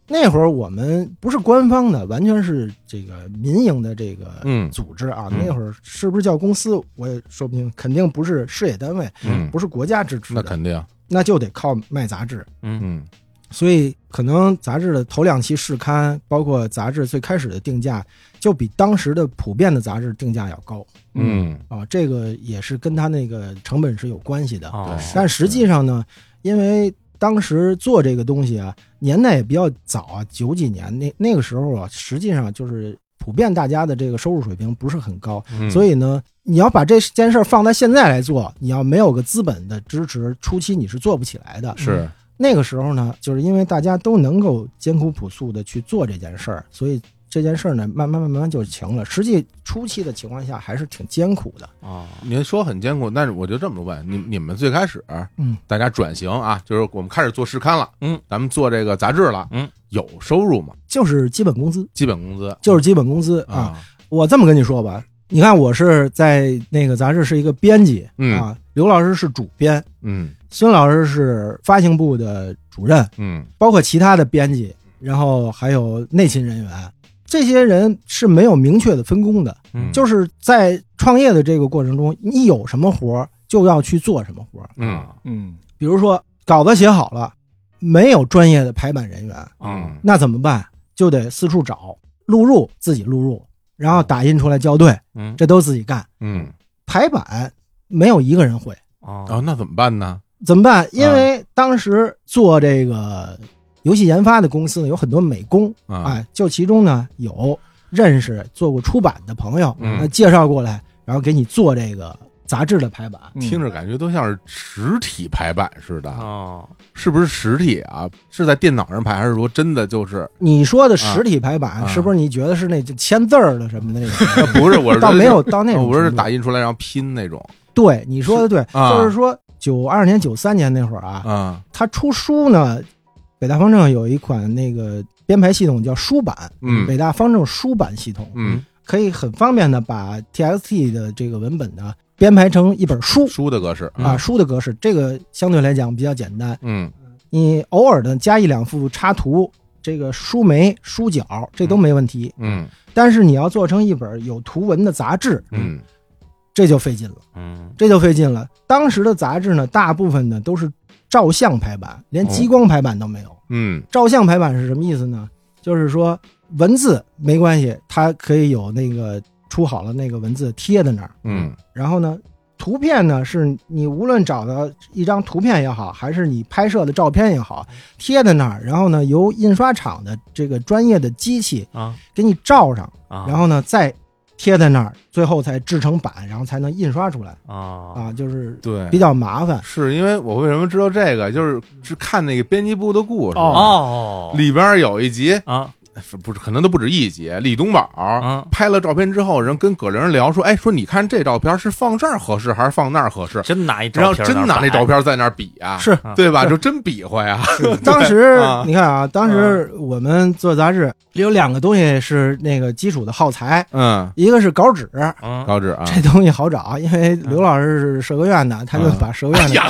那会儿我们不是官方的，完全是这个民营的这个组织啊。那会儿是不是叫公司，我也说不清，肯定不是事业单位，不是国家支持的， 那肯定， 那就得靠卖杂志。所以可能杂志的头2期试刊，包括杂志最开始的定价，就比当时的普遍的杂志定价要高。这个也是跟它那个成本是有关系的。但实际上呢，因为当时做这个东西啊，年代也比较早啊，90几年那个时候啊，实际上就是普遍大家的这个收入水平不是很高，所以呢，你要把这件事放在现在来做，你要没有个资本的支持，初期你是做不起来的。 是。 那个时候呢，就是因为大家都能够艰苦朴素的去做这件事儿，所以这件事儿呢，慢慢就行了。实际初期的情况下还是挺艰苦的啊。您说很艰苦，但是我就这么问你们最开始，大家转型啊，就是我们开始做试刊了，咱们做这个杂志了，有收入吗？ 就是基本工资， 就是基本工资啊。我这么跟你说吧，你看我是在那个杂志是一个编辑啊，刘老师是主编，孙老师是发行部的主任，包括其他的编辑，然后还有内勤人员，这些人是没有明确的分工的，就是在创业的这个过程中，你有什么活就要去做什么活。比如说稿子写好了，没有专业的排版人员，那怎么办？就得四处找，录入自己录入，然后打印出来校对，这都自己干。排版没有一个人会。 那怎么办呢？ 因为当时做这个游戏研发的公司呢，有很多美工，就其中呢有认识做过出版的朋友，介绍过来，然后给你做这个杂志的排版。 听着感觉都像是实体排版似的是不是实体啊？是在电脑上排，还是说真的就是你说的实体排版？是不是你觉得是那签字儿的什么的那种？ 不是，我是倒没有到那种， 我是打印出来然后拼那种。 对，你说的对，就是说92年、93年那会儿啊，他出书呢，北大方正有一款那个编排系统叫书版，北大方正书版系统，可以很方便的把 TXT 的这个文本呢编排成一本书的格式书的格式，这个相对来讲比较简单。你偶尔的加1-2幅插图，这个书眉、书角这都没问题。但是你要做成一本有图文的杂志，这就费劲了。当时的杂志呢，大部分呢都是照相排版，连激光排版都没有。照相排版是什么意思呢？就是说文字没关系，它可以有那个出好了那个文字贴在那儿。然后呢，图片呢是你无论找到一张图片也好，还是你拍摄的照片也好，贴在那儿，然后呢由印刷厂的这个专业的机器给你照上，然后呢再贴在那儿，最后才制成版，然后才能印刷出来就是对比较麻烦。 是因为我为什么知道这个，就是看那个编辑部的故事里边有一集不是，可能都不止一集。李东宝拍了照片之后，人跟葛玲聊说：“说你看这照片是放这儿合适还是放那儿合适？” 真拿一照片， 然后真拿那照片在那儿比啊， 是对吧？就真比划呀。 当时你看啊，当时我们做杂志有2个东西是那个基础的耗材，一个是稿纸，这东西好找，因为刘老师是社科院的，他就把社科院的。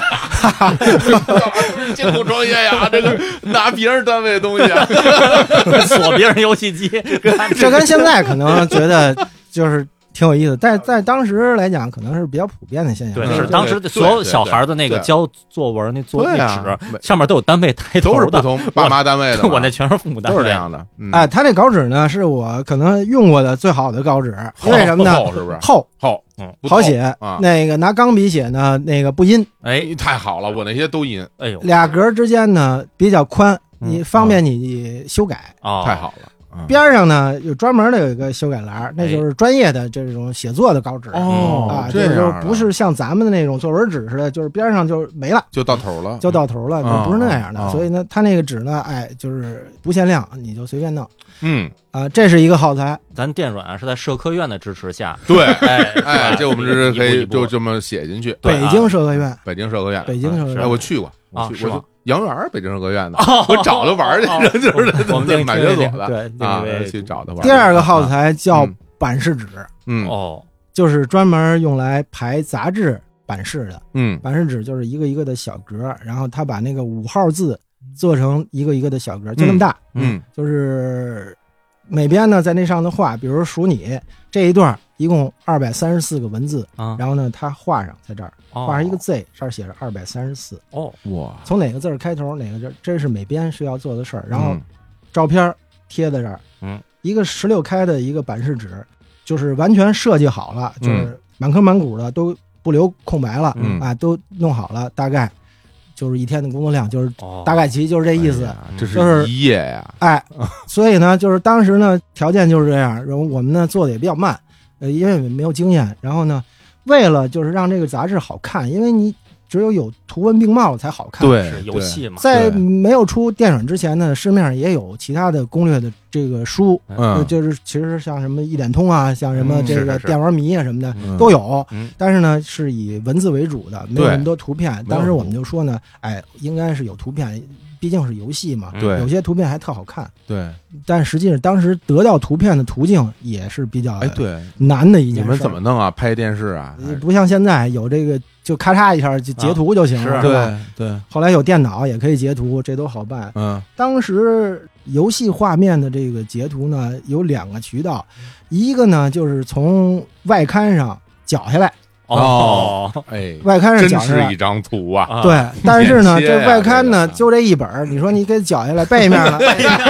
艰苦创业呀，这个拿别人单位的东西锁别人游戏机， 这跟现在可能觉得就是挺有意思，但在当时来讲，可能是比较普遍的现象。 对，是当时所有小孩的那个交作文那作业纸上面都有单位抬头的， 都是不同爸妈单位的。 我那全是父母单位， 都是这样的。 他那稿纸呢，是我可能用过的最好的稿纸，因为什么呢？ 厚是不是？ 厚，好写。那个拿钢笔写呢，那个不阴。 太好了，我那些都阴。 俩格之间呢比较宽，你方便你修改。 太好了。 边上呢有专门的有一个修改栏，那就是专业的这种写作的稿纸就是不是像咱们的那种作文纸似的，就是边上就没了， 就到头了， 不是那样的。所以呢，它那个纸呢，就是不限量，你就随便弄。这是一个耗材。 咱电软是在社科院的支持下， 对，这我们是可以就这么写进去。 北京社科院， 我去过是吗？ 杨园北京社科院的，我找他玩去，就是我们买学所的，对，去找他玩。 第2个耗材叫版式纸，就是专门用来排杂志版式的。版式纸就是一个一个的小格，然后他把那个5号字做成一个一个的小格，就那么大。就是每边呢在那上头画，比如说数你这一段一共234个文字，然后呢他画上，在这儿画上一个 Z， 这儿写着234。 哇！ 从哪个字开头哪个字，这是每边需要做的事儿。然后照片贴在这儿，一个16开的一个版式纸，就是完全设计好了，就是满坑满谷的都不留空白了，都弄好了，大概就是一天的工作量，就是大概其就是这意思。 这是一页呀！ 所以呢，就是当时呢条件就是这样，然后我们呢做的也比较慢，因为没有经验。然后呢，为了就是让这个杂志好看，因为你只有图文并茂才好看。 对， 游戏嘛。 在没有出电软之前呢，市面上也有其他的攻略的这个书，就是其实像什么一点通啊，像什么这个电玩迷啊什么的都有，但是呢是以文字为主的，没有那么多图片。当时我们就说呢，应该是有图片，毕竟是游戏嘛，有些图片还特好看。 对， 但实际上当时得到图片的途径也是比较难的一件事。 你们怎么弄啊？拍电视啊？ 不像现在有这个。就咔嚓一下就截图就行了，是吧？ 对。 后来有电脑也可以截图，这都好办。当时游戏画面的这个截图呢，有2个渠道，一个呢就是从外刊上绞下来。外刊上绞下来， 真是一张图啊！ 对，但是呢，这外刊呢就这一本，你说你给绞下来背面呢？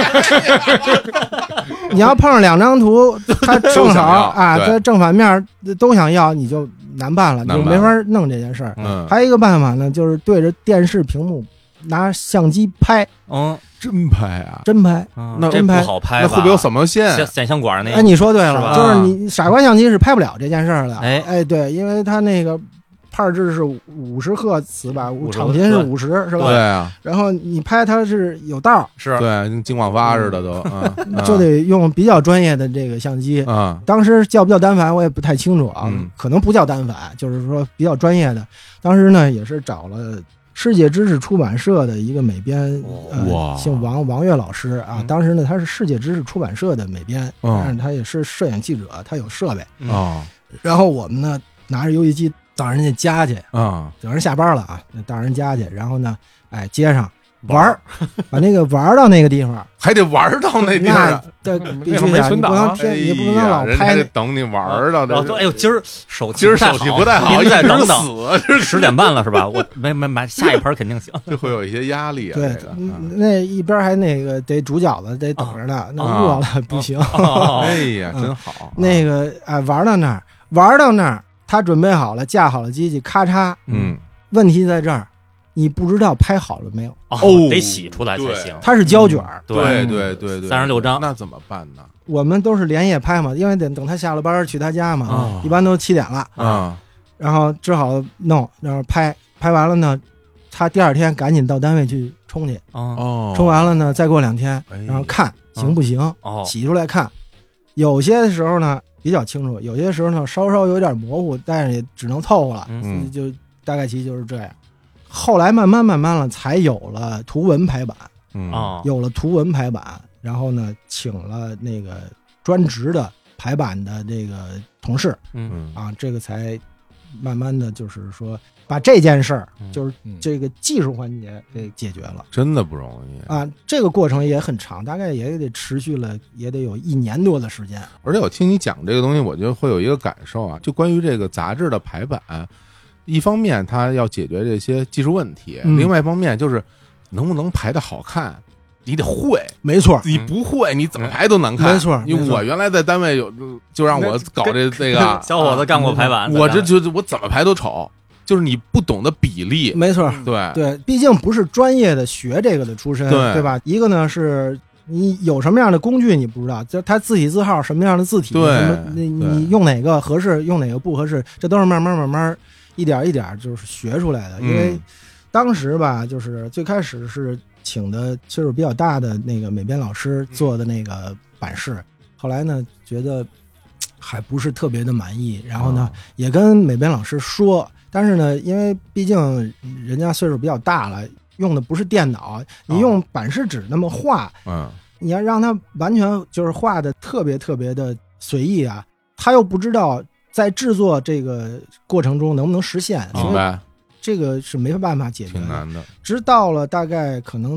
你要碰上2张图，它正好它正反面都想要，你就难办了，就没法弄这件事儿。还有一个办法呢，就是对着电视屏幕拿相机拍。 真拍啊！ 真拍， 那真拍不好拍， 那会不会有扫描线？ 显像管那个？ 你说对了，就是你傻瓜相机是拍不了这件事儿的。对，因为它那个帕制是50赫兹吧，场频是50，是吧？ 对啊。 然后你拍它是有道， 是对，跟金广发似的都， 就得用比较专业的这个相机。当时叫不叫单反我也不太清楚啊，可能不叫单反，就是说比较专业的。当时呢也是找了世界知识出版社的一个美编，姓王岳老师啊。当时呢，他是世界知识出版社的美编，但是他也是摄影记者，他有设备然后我们呢，拿着游戏机到人家家去等人下班了啊，到人家去，然后呢，接上玩把那个玩到那个地方， 还得玩到那地方。 这必须的，你不能也不能老拍， 等你玩到的。 哎呦，今儿手气不太好， 您再等等 ，10 点半了是吧？我没下一盘肯定行。 这会有一些压力啊。 对，那一边还那个得煮饺子，得等着呢，那饿了不行。 哎呀，真好。 那个玩到那儿，他准备好了，架好了机器，咔嚓。问题在这儿。你不知道拍好了没有？ 得洗出来才行。 它是胶卷， 对 ，36张， 那怎么办呢？ 我们都是连夜拍嘛，因为等他下了班去他家嘛，一般都7点了然后只好弄，然后拍完了呢，他第2天赶紧到单位去冲去冲完了呢，再过2天，然后看行不行，洗出来看。有些时候呢比较清楚，有些时候呢稍稍有点模糊，但是也只能凑合了，就大概其就是这样。后来慢慢了才有了图文排版，有了图文排版，然后呢请了那个专职的排版的这个同事，这个才慢慢的就是说把这件事儿，就是这个技术环节给解决了。 真的不容易啊！这个过程也很长，大概也得持续了，也得有1年多的时间。 而且我听你讲这个东西，我就会有一个感受啊，就关于这个杂志的排版。一方面它要解决这些技术问题，另外一方面就是能不能排得好看，你得会。 没错， 你不会你怎么排都难看。 没错， 因为我原来在单位就让我搞这个小伙子干过排版， 我我怎么排都丑，就是你不懂得比例。 没错，对，毕竟不是专业的学这个的出身，对吧？一个呢是你有什么样的工具你不知道，就它字体字号什么样的字体，你用哪个合适，用哪个不合适，这都是慢慢一点一点就是学出来的。因为当时吧，就是最开始是请的岁数比较大的那个美编老师做的那个版式，后来呢觉得还不是特别的满意，然后呢也跟美编老师说，但是呢因为毕竟人家岁数比较大了，用的不是电脑，你用版式纸那么画，你要让他完全就是画的特别的随意啊，他又不知道在制作这个过程中能不能实现， 明白？ 这个是没办法解决的， 挺难的。 直到了大概可能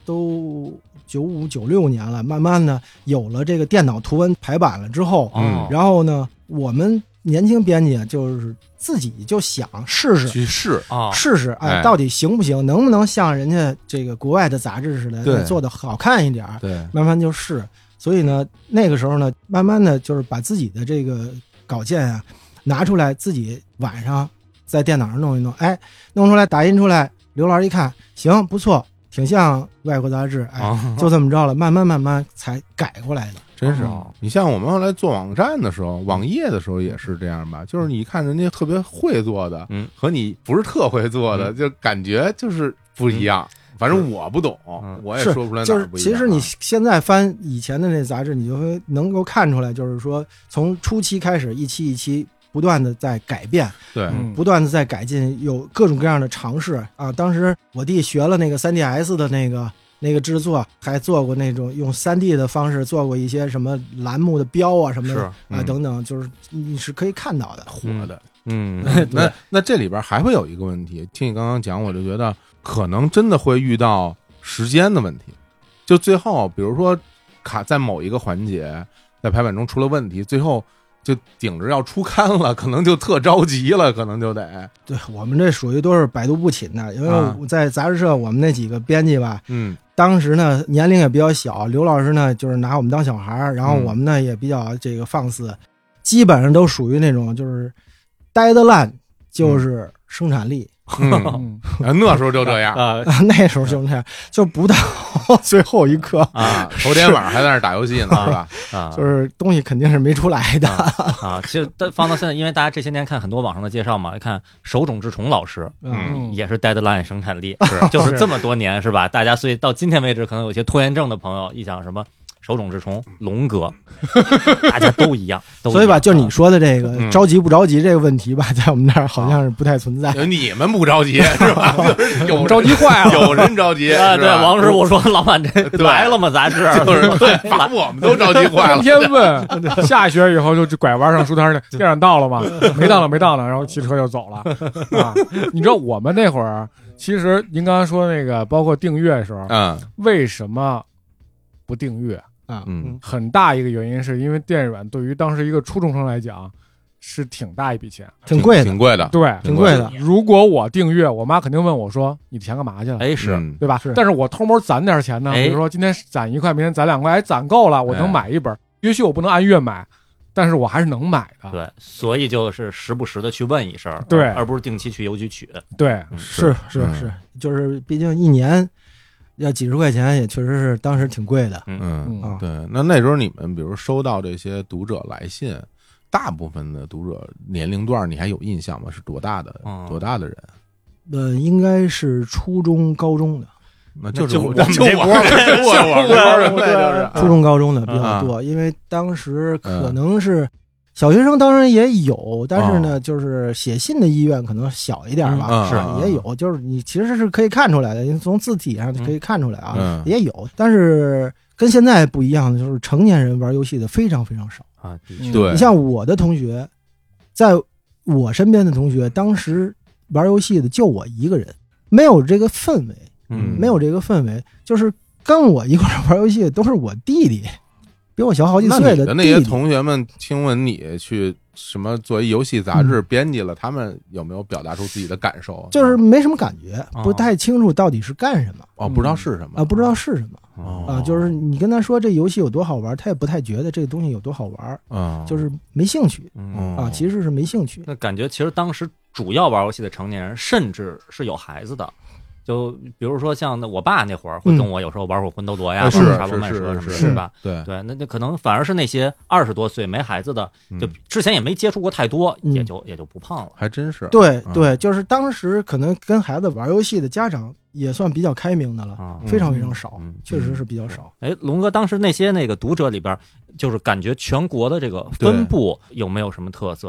都95、96年了，慢慢的有了这个电脑图文排版了之后，然后呢，我们年轻编辑就是自己就想试试，哎，到底行不行，能不能像人家这个国外的杂志似的做的好看一点，对，慢慢就试。所以呢，那个时候呢，慢慢的就是把自己的这个稿件啊拿出来，自己晚上在电脑上弄一弄，哎，弄出来打印出来，刘老师一看，行，不错，挺像外国杂志，哎，就这么着了，慢慢才改过来的。 真是，你像我们后来做网站的时候，网页的时候也是这样吧，就是你看人家特别会做的，和你不是特会做的，就感觉就是不一样。反正我不懂，我也说不出来哪儿不一样。 就是其实你现在翻以前的那杂志，你就会能够看出来，就是说从初期开始，一期一期不断的在改变， 对， 不断的在改进，有各种各样的尝试啊。当时我弟学了那个 3DS 的那个制作，还做过那种用 3D 的方式做过一些什么栏目的标啊什么的啊等等，就是你是可以看到的， 火的。那这里边还会有一个问题，听你刚刚讲，我就觉得可能真的会遇到时间的问题，就最后比如说卡在某一个环节，在排版中出了问题，最后就顶着要出刊了，可能就特着急了，可能就得。 对，我们这属于都是百毒不侵的，因为我在杂志社，我们那几个编辑吧，当时呢年龄也比较小，刘老师呢就是拿我们当小孩，然后我们呢也比较这个放肆，基本上都属于那种就是deadline就是生产力。 那时候就这样那时候就这样，就不到最后一刻头天晚上还在那打游戏呢，是吧？ 就是东西肯定是没出来的其实放到现在，因为大家这些年看很多网上的介绍嘛，看手冢治虫老师，也是 deadline 生产力，就是这么多年是吧？大家所以到今天为止，可能有些拖延症的朋友一想什么手冢治虫、龙哥，大家都一样。 所以吧，就你说的这个着急不着急这个问题吧，在我们那儿好像是不太存在。 你们不着急是吧？有着急坏了， 有人着急。 对，王师傅说：“老板，这来了吗？杂志就是把我们都着急坏了。” 天天问，下学以后就拐弯上书摊去，店长到了吗？没到呢，然后骑车就走了。你知道我们那会儿，其实您刚才说那个，包括订阅的时候，为什么不订阅？很大一个原因是因为电软对于当时一个初中生来讲是挺大一笔钱， 挺贵的， 对， 挺贵的。 如果我订阅，我妈肯定问我说：“你的钱干嘛去了？” 是对吧？但是我偷摸攒点钱呢，比如说今天攒1块，明天攒2块，攒够了，我能买一本。也许我不能按月买，但是我还是能买的。 对，所以就是时不时的去问一声， 对， 而不是定期去邮局取。 对， 是，就是毕竟一年。要几十块钱也确实是当时挺贵的。 对。那时候你们比如收到这些读者来信，大部分的读者年龄段你还有印象吗？是多大的人？ 应该是初中高中的。 那就是我初中高中的比较多，因为当时可能是小学生当然也有，但是呢，就是写信的意愿可能小一点吧，也有，就是你其实是可以看出来的，你从字体上就可以看出来啊，也有，但是跟现在不一样的就是成年人玩游戏的非常非常少啊。 对， 你像我的同学，在我身边的同学，当时玩游戏的就我一个人，没有这个氛围，没有这个氛围，就是跟我一块玩游戏的都是我弟弟。比我小好几岁的弟弟。 那些同学们听闻你去什么作为游戏杂志编辑了，他们有没有表达出自己的感受？ 就是没什么感觉，不太清楚到底是干什么。 不知道是什么不知道是什么就是你跟他说这游戏有多好玩，他也不太觉得这个东西有多好玩就是没兴趣其实是没兴趣。 那感觉其实当时主要玩游戏的成年人，甚至是有孩子的。就比如说像我爸那会儿会跟我有时候玩会儿魂斗罗呀，或者沙包麦蛇什么的，是吧？ 对， 那可能反而是那些20多岁没孩子的，就之前也没接触过太多，也就不胖了。 还真是。 对，就是当时可能跟孩子玩游戏的家长也算比较开明的了，非常非常少，确实是比较少。 龙哥当时那个读者里边，就是感觉全国的这个分布有没有什么特色呢？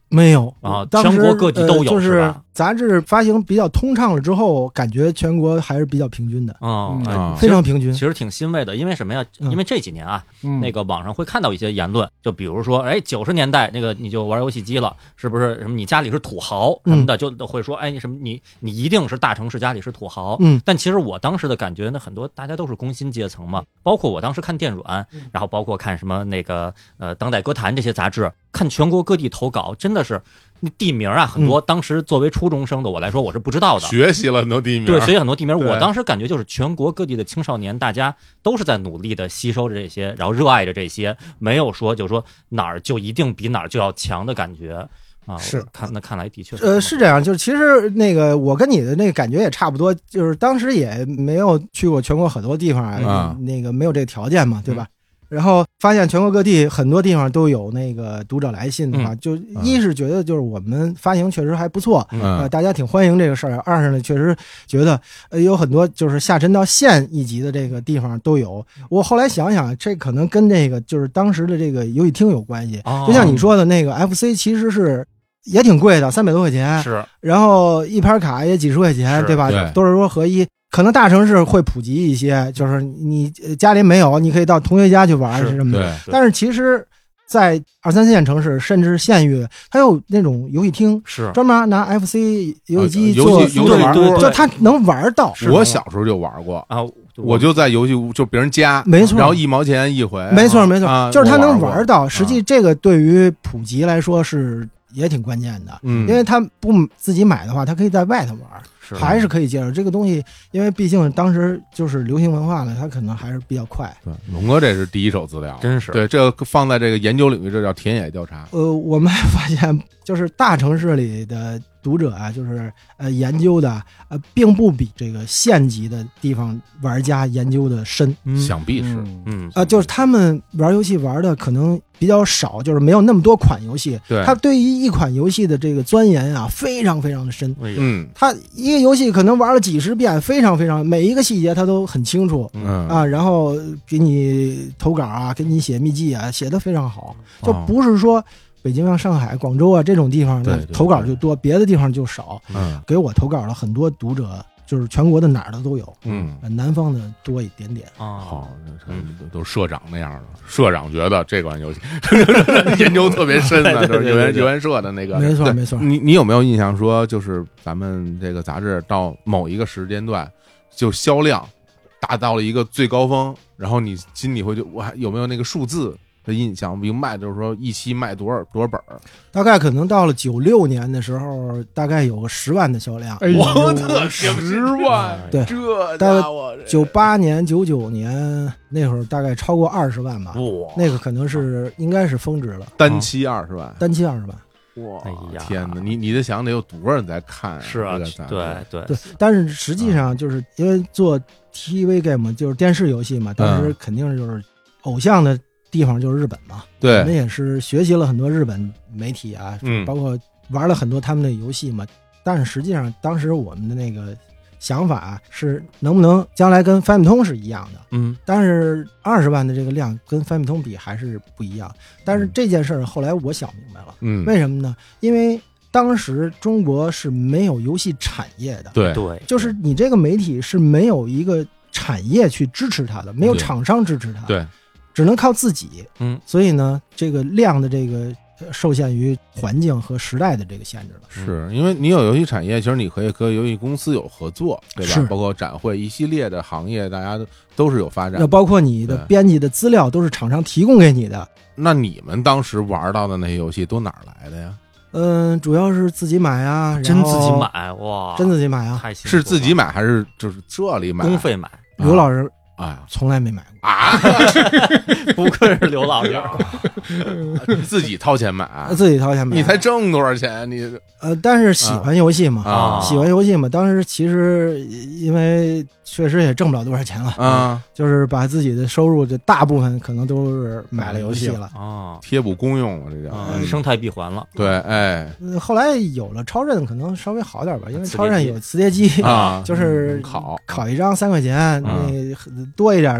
没有啊，全国各地都有， 就是杂志发行比较通畅了之后，感觉全国还是比较平均的非常平均。 其实挺欣慰的，因为什么呀？因为这几年啊，那个网上会看到一些言论，就比如说，哎，90年代那个你就玩游戏机了，是不是？什么你家里是土豪什么的，就会说，哎，什么你一定是大城市家里是土豪。但其实我当时的感觉呢，很多大家都是工薪阶层嘛，包括我当时看电软，然后包括看什么那个当代歌坛这些杂志，看全国各地投稿，真的是地名啊，很多当时作为初中生的我来说，我是不知道的。 学习了很多地名， 对，学习很多地名。我当时感觉就是全国各地的青少年，大家都是在努力的吸收着这些，然后热爱着这些，没有说就是说哪儿就一定比哪儿就要强的感觉。 是看来的确是这样，就是其实那个我跟你的那个感觉也差不多，就是当时也没有去过全国很多地方那个没有这个条件嘛，对吧？然后发现全国各地很多地方都有那个读者来信的话，就一是觉得就是我们发行确实还不错，大家挺欢迎这个事儿；二是呢，确实觉得有很多就是下沉到县一级的这个地方都有。我后来想想，这可能跟这个就是当时的这个游戏厅有关系。就像你说的那个 FC 其实是也挺贵的，300多块钱， 是， 然后一盘卡也几十块钱，对吧？都是说合一。可能大城市会普及一些，就是你家里没有，你可以到同学家去玩是什么的。但是其实，在2、3线城市，甚至县域，它有那种游戏厅， 是专门拿 FC 游戏机做游戏玩， 就它能玩到。 我小时候就玩过啊，我就在游戏就别人家， 没错， 然后1毛钱一回， 没错，就是它能玩到。实际这个对于普及来说是也挺关键的，因为他不自己买的话，他可以在外头玩，还是可以接受这个东西，因为毕竟当时就是流行文化了，它可能还是比较快。 对，龙哥这是第一手资料， 真是对，这个放在这个研究领域，这叫田野调查。 我们还发现，就是大城市里的读者啊，就是研究的并不比这个县级的地方玩家研究的深， 想必是， 就是他们玩游戏玩的可能比较少，就是没有那么多款游戏， 对， 他对于一款游戏的这个钻研啊，非常非常的深，他一个游戏可能玩了几十遍，非常非常每一个细节他都很清楚，然后给你投稿啊，给你写秘籍啊，写得非常好，就不是说北京啊、上海、广州啊这种地方的投稿就多，别的地方就少。给我投稿了很多读者，就是全国的哪儿的都有。南方的多一点点。 好，都是社长那样的。社长觉得这款游戏研究特别深的，就是游研社的那个。 没错没错。 你有没有印象说，就是咱们这个杂志到某一个时间段，就销量达到了一个最高峰，然后你心里会就我有没有那个数字？的印象，比如卖就是说一期卖多少本， 大概可能到了96年的时候，大概有个10万的销量。 我的10万， 对， 这大概98年、99年那会儿大概超过20万吧。那个可能是应该是峰值了。 单期20万， 单期20万。 哇，天哪！你得想得有多少人在看？ 是啊，对。 但是实际上就是因为做 TV game 就是电视游戏嘛，当时肯定就是偶像的地方就是日本嘛， 对， 我们也是学习了很多日本媒体啊，包括玩了很多他们的游戏嘛。但是实际上当时我们的那个想法是能不能将来跟翻米通是一样的，但是20万的这个量跟翻米通比还是不一样。但是这件事儿后来我想明白了，为什么呢？因为当时中国是没有游戏产业的， 对， 就是你这个媒体是没有一个产业去支持它的，没有厂商支持它， 对。 只能靠自己，所以呢，这个量的这个受限于环境和时代的这个限制了。 是因为你有游戏产业，其实你可以和游戏公司有合作，对吧？ 是， 包括展会一系列的行业，大家都是有发展。 要包括你的编辑的资料都是厂商提供给你的。 那你们当时玩到的那些游戏都哪儿来的呀？ 主要是自己买啊， 真自己买哇， 真自己买啊， 是自己买还是就是这里买？ 公费买？ 刘老师。 从来没买过啊！ 不愧是刘老师， 自己掏钱买， 自己掏钱买， 你才挣多少钱？你但是喜欢游戏嘛，喜欢游戏嘛。当时其实因为确实也挣不了多少钱了就是把自己的收入的大部分可能都是买了游戏了贴补公用了，这叫生态闭环了。 对， 后来有了超任，可能稍微好点吧，因为超任有磁碟机就是考一张3块钱，那多一点的这游戏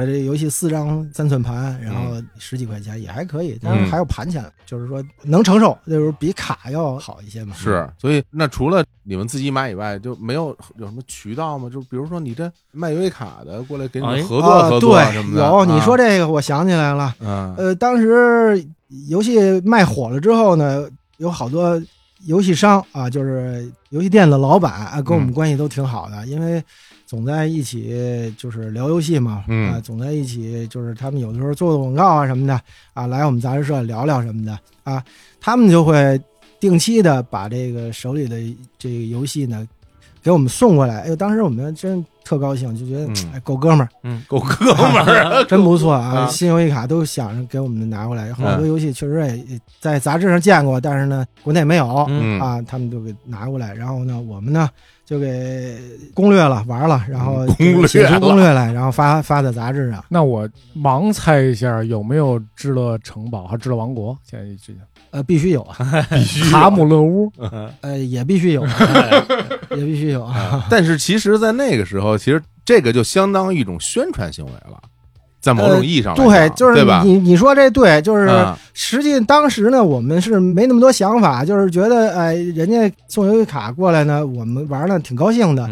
戏4张3寸盘，然后10几块钱也还可以，但是还有盘钱，就是说能承受，就是比卡要好一些嘛。 是，所以那除了你们自己买以外，就没有什么渠道吗？就比如说你这卖游戏卡的过来给你们合作合作什么的。 有，你说这个我想起来了。当时游戏卖火了之后呢，有好多游戏商啊，就是游戏店的老板啊，跟我们关系都挺好的，因为总在一起就是聊游戏嘛，总在一起就是他们有的时候做做广告啊什么的啊，来我们杂志社聊聊什么的啊，他们就会定期的把这个手里的这个游戏呢给我们送过来。哎呦，当时我们真特高兴，就觉得够哥们儿， 够哥们儿， 真不错啊！新游戏卡都想着给我们拿过来，好多游戏确实也在杂志上见过，但是呢国内没有啊，他们就给拿过来，然后呢我们呢就给攻略了玩了，然后写出攻略来，然后发在杂志上。 那我盲猜一下，有没有知乐城堡和知乐王国？现在这必须有啊， 必须卡姆勒屋， 也必须有，也必须有啊。 但是其实，在那个时候，其实这个就相当于一种宣传行为了，在某种意义上来讲， 对，就是对吧？ 你说这对，就是实际当时呢，我们是没那么多想法，就是觉得人家送游戏卡过来呢，我们玩的挺高兴的。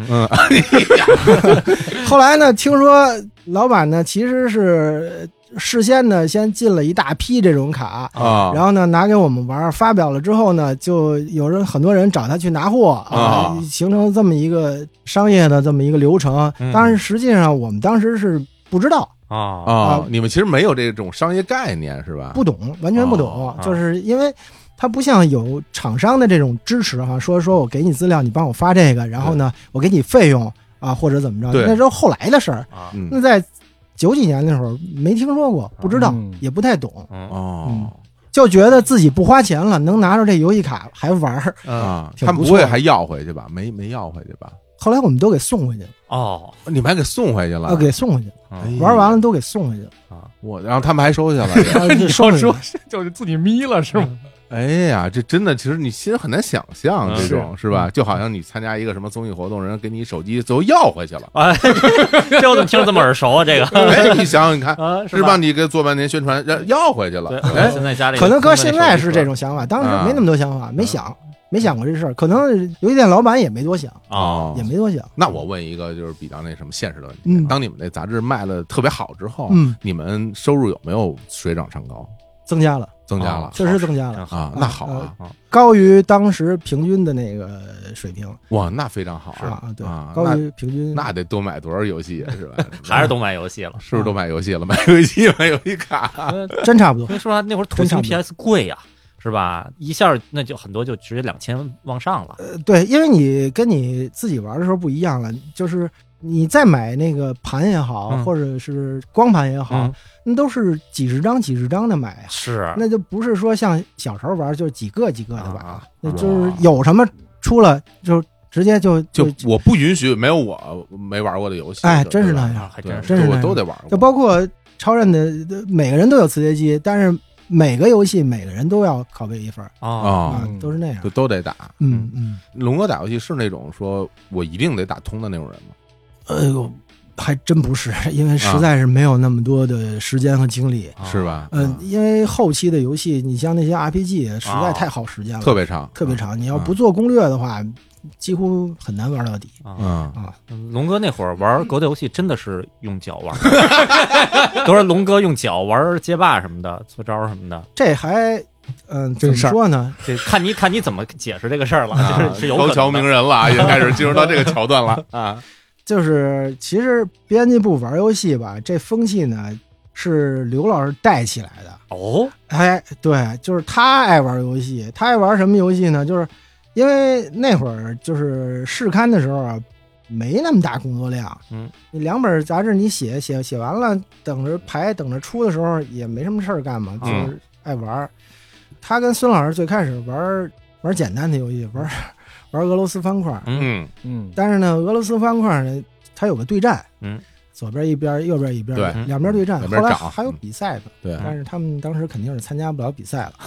后来呢，听说老板呢其实是事先呢先进了一大批这种卡啊，然后呢拿给我们玩，发表了之后呢，就有很多人找他去拿货啊，形成这么一个商业的这么一个流程。当然实际上我们当时是不知道你们其实没有这种商业概念是吧？ 不懂，完全不懂，就是因为它不像有厂商的这种支持哈，说我给你资料，你帮我发这个，然后呢我给你费用啊，或者怎么着，那是后来的事儿。那在90几年的时候没听说过，不知道，也不太懂就觉得自己不花钱了，能拿着这游戏卡还玩啊，他们不会还要回去吧？没要回去吧？ 后来我们都给送回去了。你们还给送回去了？ 给送回去玩完了都给送回去了然后他们还收下了。 你说就是自己眯了是吗？ 哎呀，这真的，其实你心很难想象这种是吧？就好像你参加一个什么综艺活动，人给你手机最后要回去了。 这我怎么听着这么耳熟啊？这个，你想想看，是吧？你给做半天宣传，要回去了。 现在家里可能搁现在是这种想法，当时没那么多想法，没想过这事儿。可能游戏店老板也没多想也没多想。 那我问一个就是比较那什么现实的问题：当你们那杂志卖的特别好之后，你们收入有没有水涨船高？ 增加了，确实增加了啊！那好啊， 高于当时平均的那个水平。 哇，那非常好啊！对，高于平均， 那得多买多少游戏是吧？ 还是都买游戏了？ 是不是都买游戏了？买游戏卡， 真差不多。 所以说那会儿土星 PS 贵呀，是吧？一下那就很多就直接2000往上了。 对，因为你跟你自己玩的时候不一样了，就是你再买那个盘也好，或者是光盘也好，那都是几十张的买啊。 是， 那就不是说像小时候玩就是几个的玩啊，那就是有什么出了就直接就我不允许没有我没玩过的游戏。 真是那样， 还真是我都得玩过。 就包括超任的每个人都有磁碟机，但是每个游戏每个人都要拷贝一份都是那样， 就都得打。龙哥打游戏是那种说我一定得打通的那种人吗？ 哎呦，还真不是，因为实在是没有那么多的时间和精力， 是吧？ 因为后期的游戏，你像那些 RPG，实在太耗时间了， 特别长。 你要不做攻略的话，几乎很难玩到底。 龙哥那会儿玩格斗游戏真的是用脚玩，都是龙哥用脚玩街霸什么的，做招什么的。 这还怎么说呢？ 这看你怎么解释这个事儿了，是有高桥名人了，也开始进入到这个桥段了啊。 就是其实编辑部玩游戏吧，这风气呢是刘老师带起来的哦。 对，就是他爱玩游戏，他爱玩什么游戏呢？就是因为那会儿就是试刊的时候啊，没那么大工作量。你2本杂志你写完了，等着排等着出的时候也没什么事儿干嘛，就是爱玩。他跟孙老师最开始玩简单的游戏，玩俄罗斯方块，但是呢，俄罗斯方块呢，它有个对战，左边一边，右边一边， 对， 两边对战。后来还有比赛的， 对， 但是他们当时肯定是参加不了比赛了。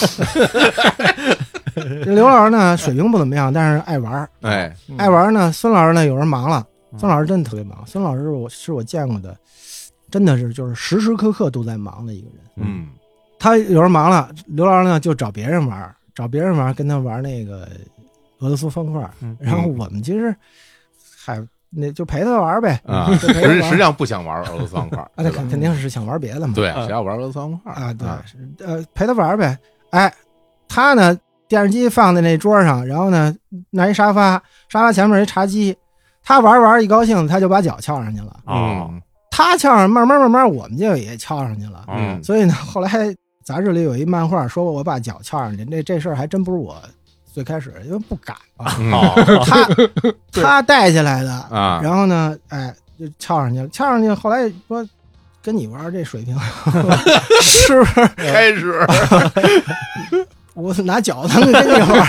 这刘老师呢，水平不怎么样，但是爱玩，爱玩呢。孙老师呢，有人忙了，孙老师真的特别忙。孙老师是我见过的真的是就是时时刻刻都在忙的一个人。他有时候忙了，刘老师呢就找别人玩，跟他玩那个俄罗斯方块，然后我们其实那就陪他玩呗啊，实际上不想玩俄罗斯方块啊， 那肯定是想玩别的嘛。 对，谁要玩俄罗斯方块啊？对，陪他玩呗。哎，他呢电视机放在那桌上，然后呢拿一沙发前面一茶几，他玩一高兴他就把脚翘上去了。他翘上，慢慢我们就也翘上去了。所以呢后来杂志里有一漫画说我把脚翘上去，这事儿还真不是我最开始，因为不敢啊。他带下来的啊，然后呢，哎，就翘上去，后来说跟你玩这水平，是不是开始？ 我拿脚他们跟你玩，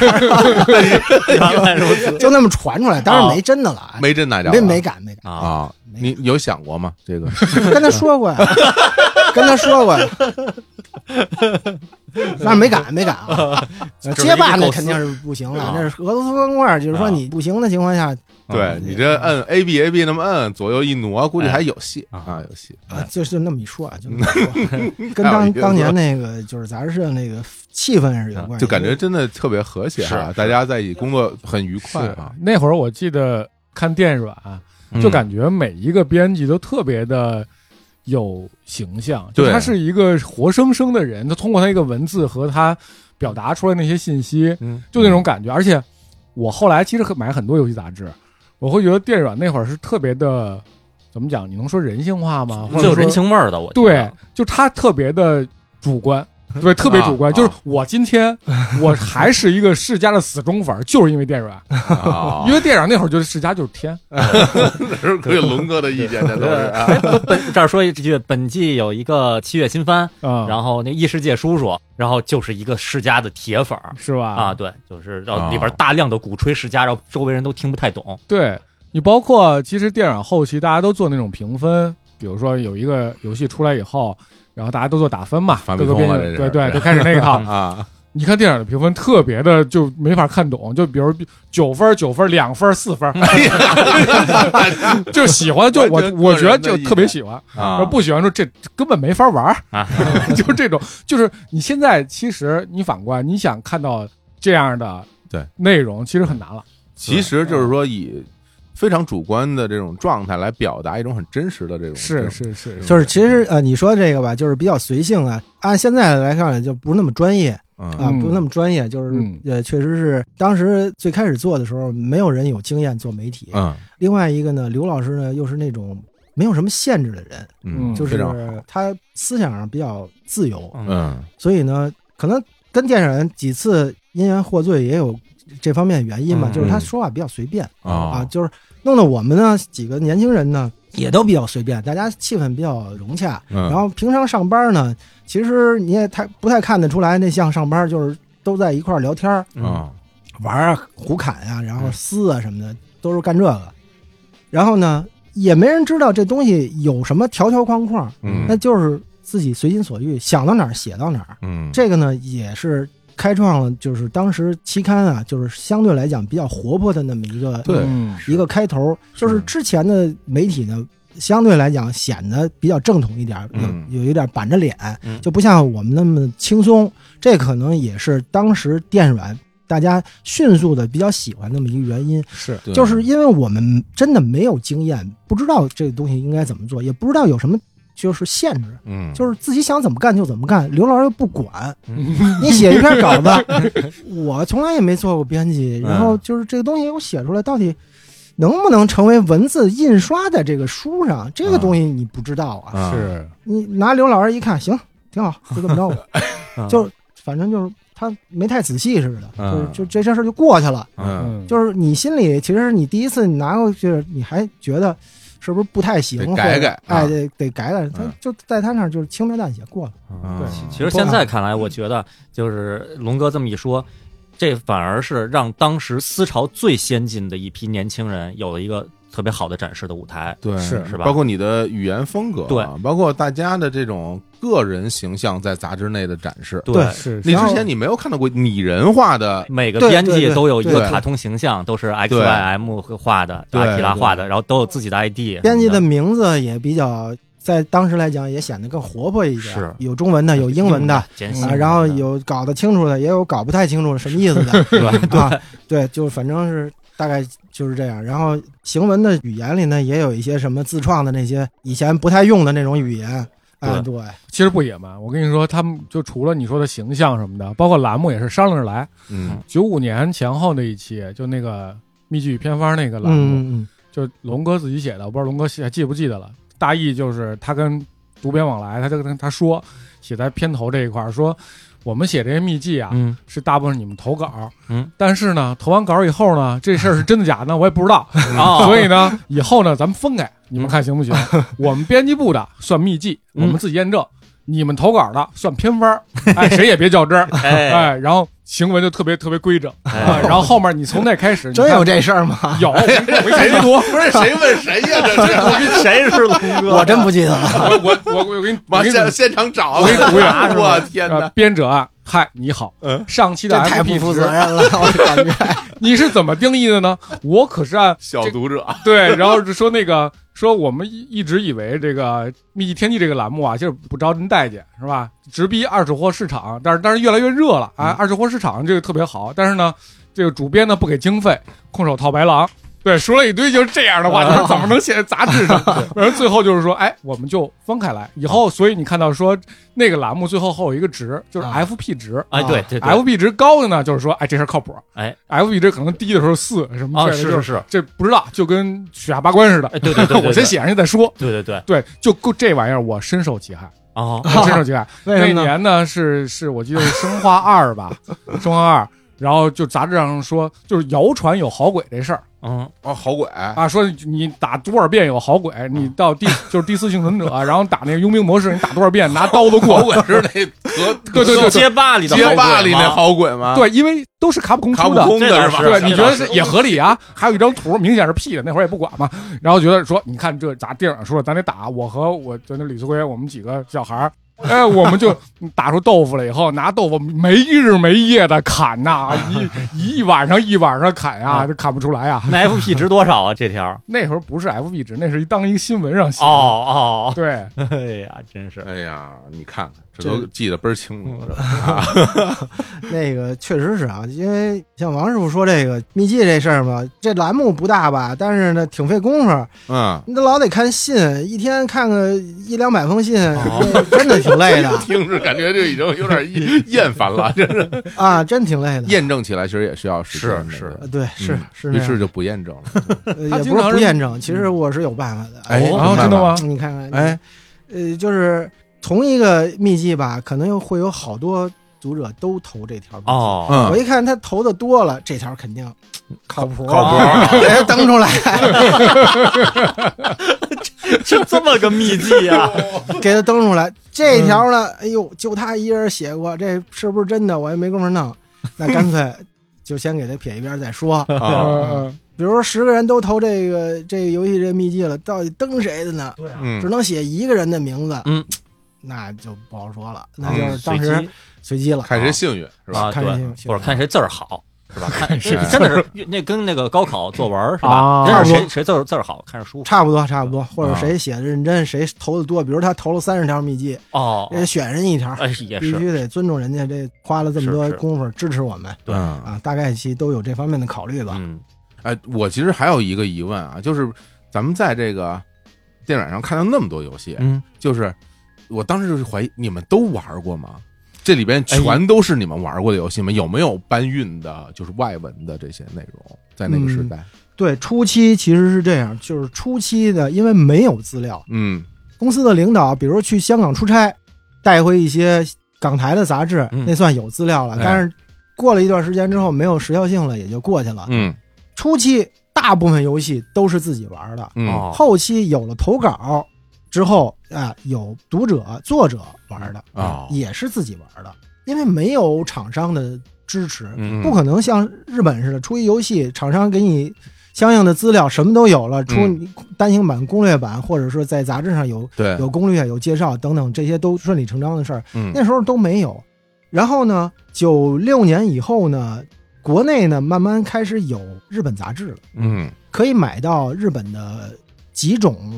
就那么传出来，当然没真的了， 没真拿脚， 没敢啊。你有想过吗？这个跟他说过呀，那没敢啊。街霸那肯定是不行了，那是俄罗斯方块，就是说你不行的情况下， 对你这摁 AB 那么摁，左右一挪，估计还有戏啊，有戏啊，就那么一说啊，就跟当年那个就是杂志社那个气氛是有关系， 就感觉真的特别和谐啊，大家在一起工作很愉快啊。 那会儿我记得看电软，就感觉每一个编辑都特别的有形象，就他是一个活生生的人，他通过他一个文字和他表达出来那些信息，就那种感觉。而且我后来其实买很多游戏杂志，我会觉得电软那会儿是特别的，怎么讲？你能说人性化吗？ 就有人情味儿的，我对，就他特别的主观。对，特别主观，就是我今天我还是一个世嘉的死忠粉，就是因为电软，因为电软那会儿觉得世嘉就是天， 可以龙哥的意见，这都是。 这儿说一句，本季有一个7月新番，然后那异世界叔叔，然后就是一个世嘉的铁粉， 是吧？ 啊，对，就是里边大量的鼓吹世嘉，然后周围人都听不太懂。 对，你包括其实电软后期大家都做那种评分，比如说有一个游戏出来以后。然后大家都做打分嘛，各个编辑对，都开始那一套啊。 你看电影的评分特别的就没法看懂，就比如9分、9分、2分、4分，就喜欢就我觉得就特别喜欢啊，不喜欢说这根本没法玩啊，就这种，就是你现在其实你反观你想看到这样的对内容，其实很难了。 其实就是说以非常主观的这种状态来表达一种很真实的这种， 是， 就是其实你说这个吧，就是比较随性啊，按现在来看就不是那么专业啊，不是那么专业，就是确实是当时最开始做的时候，没有人有经验做媒体，另外一个呢，刘老师呢又是那种没有什么限制的人，就是他思想上比较自由，所以呢，可能跟电视人几次因缘获罪也有这方面原因嘛，就是他说话比较随便啊，就是弄得我们呢几个年轻人呢也都比较随便，大家气氛比较融洽。然后平常上班呢，其实你也不太看得出来，那像上班就是都在一块聊天玩啊、胡侃啊，然后撕啊什么的，都是干这个。然后呢，也没人知道这东西有什么条条框框，那就是自己随心所欲，想到哪儿写到哪儿。这个呢也是开创了就是当时期刊啊，就是相对来讲比较活泼的那么一个开头，就是之前的媒体呢相对来讲显得比较正统一点，有一点板着脸，就不像我们那么轻松。这可能也是当时电软大家迅速的比较喜欢那么一个原因， 是就是因为我们真的没有经验，不知道这个东西应该怎么做，也不知道有什么就是限制，就是自己想怎么干就怎么干，刘老师又不管，你写一篇稿子，我从来也没做过编辑，然后就是这个东西我写出来到底能不能成为文字印刷在这个书上，这个东西你不知道啊， 是你拿刘老师一看，行，挺好，就这么着，就反正就是他没太仔细似的，就这件事就过去了，就是你心里其实你第一次你拿过去，你还觉得是不是不太行？ 得改改， 哎，得改改。他就在他那儿就是轻描淡写过了。 对，其实现在看来，我觉得就是龙哥这么一说，这反而是让当时思潮最先进的一批年轻人有了一个特别好的展示的舞台。 对， 是吧？ 包括你的语言风格， 对， 包括大家的这种个人形象在杂志内的展示。 对， 是。 你之前你没有看到过拟人化的， 每个编辑都有一个卡通形象，都是 XYM 画的，阿基拉画的，然后都有自己的 ID。 编辑的名字也比较在当时来讲也显得更活泼一点，是有中文的，有英文的然后有搞得清楚的，也有搞不太清楚什么意思的，对，就反正是大概就是这样。然后行文的语言里呢，也有一些什么自创的那些以前不太用的那种语言。对， 其实不野蛮。我跟你说，他们就除了你说的形象什么的，包括栏目也是商量着来。95年前后那一期，就那个密剧与偏方那个栏目，就龙哥自己写的，我不知道龙哥还记不记得了。大意就是他跟读编往来，他就跟他说，写在片头这一块说，我们写这些秘籍啊，是大部分你们投稿，但是呢，投完稿以后呢，这事儿是真的假的呢，我也不知道，所以呢，以后呢，咱们分开，你们看行不行？我们编辑部的算秘籍，我们自己验证。你们投稿的算偏方，谁也别较真儿，然后行文就特别规整，然后后面你从那开始， 真有这事儿吗？ 有，谁多？不是谁问谁呀？这谁是龙哥？ 我真不记得了。 我给你往现场找， 我给你读呀！ 我天哪！ 编者，嗨，你好，上期的 FP 太不负责任了，我感觉你是怎么定义的呢？我可是按小读者对，然后就说那个。说我们一直以为这个秘籍天地这个栏目啊，就是不招人待见，是吧？直逼二手货市场，但是越来越热了啊！二手货市场这个特别好，但是呢，这个主编呢不给经费，空手套白狼。对，说了一堆就是这样的话，就是怎么能写在杂志上？然后最后就是说，我们就分开来。以后，所以你看到说那个栏目最后还有一个值，就是 FP 值。 对 ，FP 值高的呢，就是说，这事靠谱。FP 值可能低的时候4什么之类的， 是， 这不知道，就跟血压拔关似的。 对， 我先写上去再说。 对， 就这玩意儿，我深受其害。深受其害。那年呢，是我记得是生化2吧，生化2。然后就杂志上说，就是谣传有好鬼这事儿。 好鬼啊！说你打多少遍有好鬼，你到第4幸存者，然后打那个佣兵模式，你打多少遍拿刀子过。 好鬼是那对街霸里的那好鬼吗？ 对，因为都是卡普空出的， 是吧？ 对，你觉得也合理啊？还有一张图明显是 P 的，那会儿也不管嘛。然后觉得说，你看这咋电影说了，咱得打。我和我就那李思辉，我们几个小孩儿。我们就打出豆腐了以后，拿豆腐没日没夜的砍呐，一晚上砍呀，就砍不出来啊。 那 FP 值多少啊？这条那时候不是 FP 值，那是当一个新闻上写。对， 哎呀，真是， 哎呀，你看看这都记得倍儿清楚。 那个确实是啊，因为像王师傅说这个秘籍这事儿嘛，这栏目不大吧，但是呢挺费功夫。你都老得看信，一天看个100-200封信，真的挺累的。 听着感觉就已经有点厌烦了，真是啊，真挺累的。 验证起来其实也需要时间， 是，对，是， 于是就不验证了。 也不是不验证，其实我是有办法的。 真的吗？ 你看看，就是同一个秘籍吧，可能会有好多读者都投这条秘籍。我一看他投的多了，这条肯定靠谱，给他登出来。 是这么个秘籍啊！ 给他登出来，这条呢，哎呦，就他一人写过，这是不是真的？我也没工夫弄，那干脆就先给他撇一边再说。比如说10个人都投这个游戏这秘籍了，到底登谁的呢？ 对啊， 只能写一个人的名字。那就不好说了，那就是当时随机了， 看谁幸运是吧？ 对，或者看谁字儿好。是吧？看是真的是那跟那个高考作文是吧？真是谁字儿好，看着舒服。 差不多，或者谁写的认真，谁投的多。比如他投了30条秘籍，选人一条， 也必须得尊重人家这花了这么多功夫支持我们。 对啊，大概其都有这方面的考虑吧。 我其实还有一个疑问啊，就是咱们在这个电脑上看到那么多游戏，就是我当时就是怀疑你们都玩过吗？这里边全都是你们玩过的游戏吗？有没有搬运的，就是外文的这些内容？在那个时代， 对，初期其实是这样，就是初期的，因为没有资料，公司的领导，比如去香港出差，带回一些港台的杂志，那算有资料了。但是过了一段时间之后，没有时效性了，也就过去了。初期大部分游戏都是自己玩的，后期有了投稿。之后有读者作者玩的也是自己玩的，因为没有厂商的支持，不可能像日本似的出一游戏，厂商给你相应的资料，什么都有了，出单行版、攻略版，或者说在杂志上有攻略、有介绍等等，这些都顺理成章的事儿。那时候都没有。然后呢，96年以后呢，国内呢慢慢开始有日本杂志了，可以买到日本的几种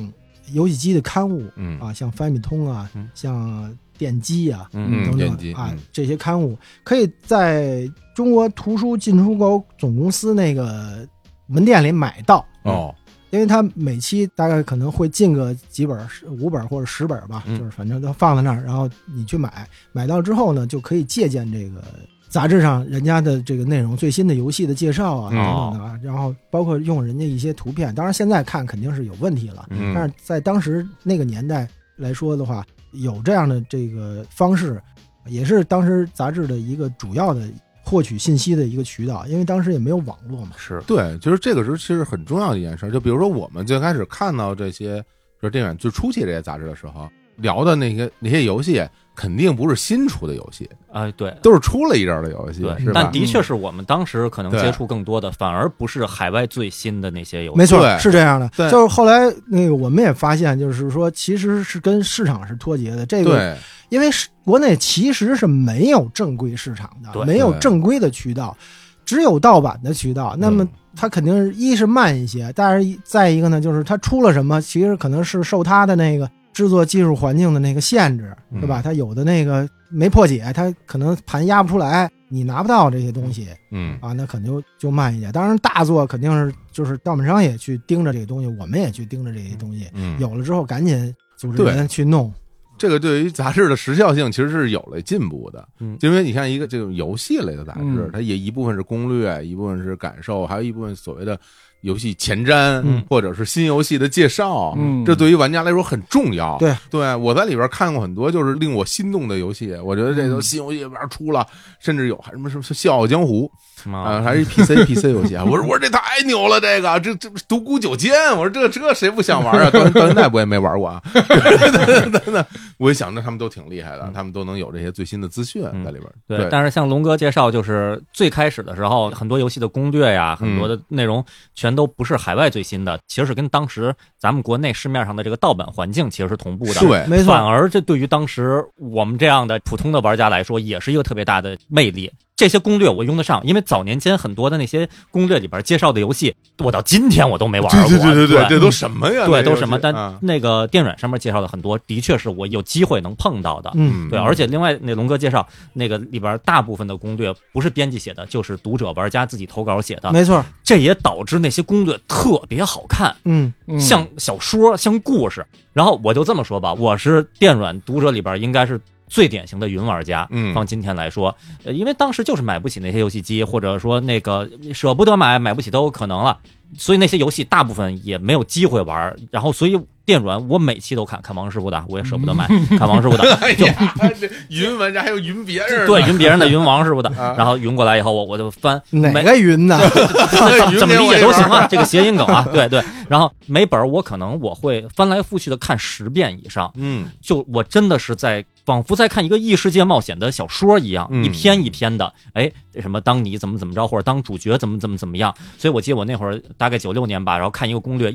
游戏机的刊物，像翻米通啊，像电机啊，等等啊，这些刊物可以在中国图书进出口总公司那个门店里买到因为它每期大概可能会进个几本，5本或者10本吧，就是反正都放在那儿，然后你去买到之后呢，就可以借鉴这个杂志上人家的这个内容，最新的游戏的介绍啊等等的啊，然后包括用人家一些图片，当然现在看肯定是有问题了，但是在当时那个年代来说的话，有这样的这个方式，也是当时杂志的一个主要的获取信息的一个渠道，因为当时也没有网络嘛。 是对，就是这个是其实很重要的一件事。就比如说我们最开始看到这些，比如电影最初期这些杂志的时候，聊的那些游戏，肯定不是新出的游戏， 对， 都是出了一阵的游戏，是吧？ 但的确是我们当时可能接触更多的，反而不是海外最新的那些游戏。 没错，是这样的。就是后来那个我们也发现，就是说其实是跟市场是脱节的。这个因为国内其实是没有正规市场的，没有正规的渠道，只有盗版的渠道。那么它肯定是一是慢一些，但是再一个呢，就是它出了什么，其实可能是受它的那个制作技术环境的那个限制，对吧？它有的那个没破解，它可能盘压不出来，你拿不到这些东西，那可能就慢一点。当然大作肯定是就是盗版商也去盯着这个东西，我们也去盯着这些东西，有了之后赶紧组织人去弄。 这个对于杂志的时效性其实是有了进步的，因为你看一个这种游戏类的杂志，它也一部分是攻略，一部分是感受，还有一部分所谓的游戏前瞻，或者是新游戏的介绍，这对于玩家来说很重要。对，我在里边看过很多就是令我心动的游戏，我觉得这都新游戏里边出了，甚至有还什么笑傲江湖还是 PC 游戏啊！我说这太牛了，这独孤九剑，我说这谁不想玩啊？到现在我也没玩过啊。我一想着他们都挺厉害的，他们都能有这些最新的资讯在里边。 对，但是像龙哥介绍，就是最开始的时候，很多游戏的攻略呀，很多的内容全都不是海外最新的，其实是跟当时咱们国内市面上的这个盗版环境其实是同步的。 对， 没错。 反而这对于当时我们这样的普通的玩家来说，也是一个特别大的魅力。这些攻略我用得上，因为早年间很多的那些攻略里边介绍的游戏，我到今天我都没玩过。 对，这都什么呀？ 对，都什么？但那个电软上面介绍的很多，的确是我有机会能碰到的。对，而且另外那龙哥介绍那个里边大部分的攻略不是编辑写的，就是读者玩家自己投稿写的。 没错， 这也导致那些攻略特别好看，像小说，像故事。然后我就这么说吧，我是电软读者里边应该是最典型的云玩家，放今天来说，因为当时就是买不起那些游戏机，或者说那个舍不得买不起都有可能了，所以那些游戏大部分也没有机会玩，然后所以电软我每期都看王师傅的，我也舍不得买，看王师傅的。就云玩家还有云别人， 对，云别人的，云王师傅的，然后云过来以后我就翻哪个云呢？ 怎么理解都行啊，这个谐音梗啊，对。然后每本我可能我会翻来覆去的看10遍以上，就我真的是仿佛在看一个异世界冒险的小说一样，一篇一篇的，什么当你怎么着，或者当主角怎么样。所以我记得我那会儿大概96年吧，然后看一个攻略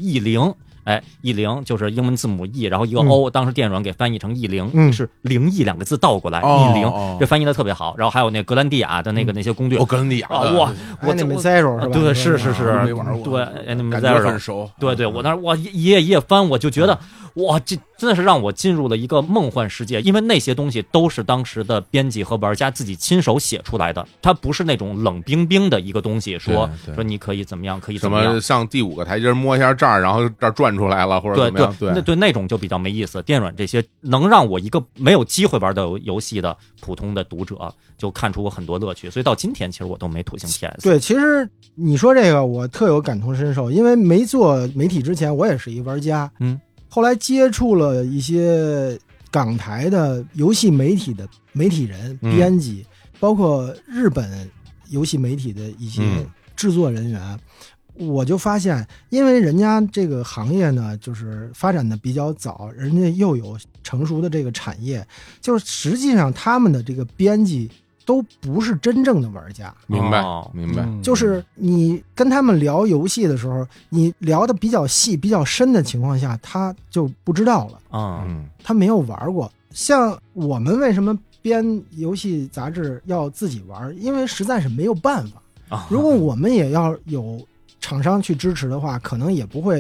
E0。E0就是英文字母 E， 然后一个 O，当时电软给翻译成E0，是灵异2个字倒过来，E0，这翻译的特别好。然后还有那格兰蒂亚的那些攻略， 格兰蒂亚哇，我没猜着是吧？ 对，是， 没玩过， 对， 感觉很熟。 对，我那哇一页翻，我就觉得哇，这真的是让我进入了一个梦幻世界，因为那些东西都是当时的编辑和玩家自己亲手写出来的，它不是那种冷冰冰的一个东西，说你可以怎么样，可以怎么样， 什么上第5个台阶摸一下这儿，然后这儿转出来了，或者怎么样？ 对，那种就比较没意思。电软这些能让我一个没有机会玩的游戏的普通的读者，就看出我很多乐趣。所以到今天，其实我都没土星 PS。 对，其实你说这个，我特有感同身受，因为没做媒体之前，我也是一玩家。后来接触了一些港台的游戏媒体的媒体人、编辑，包括日本游戏媒体的一些制作人员。我就发现，因为人家这个行业呢，就是发展的比较早，人家又有成熟的这个产业，就是实际上他们的这个编辑都不是真正的玩家。 明白。 就是你跟他们聊游戏的时候，你聊的比较细、比较深的情况下，他就不知道了。他没有玩过。像我们为什么编游戏杂志要自己玩？因为实在是没有办法。如果我们也要有厂商去支持的话，可能也不会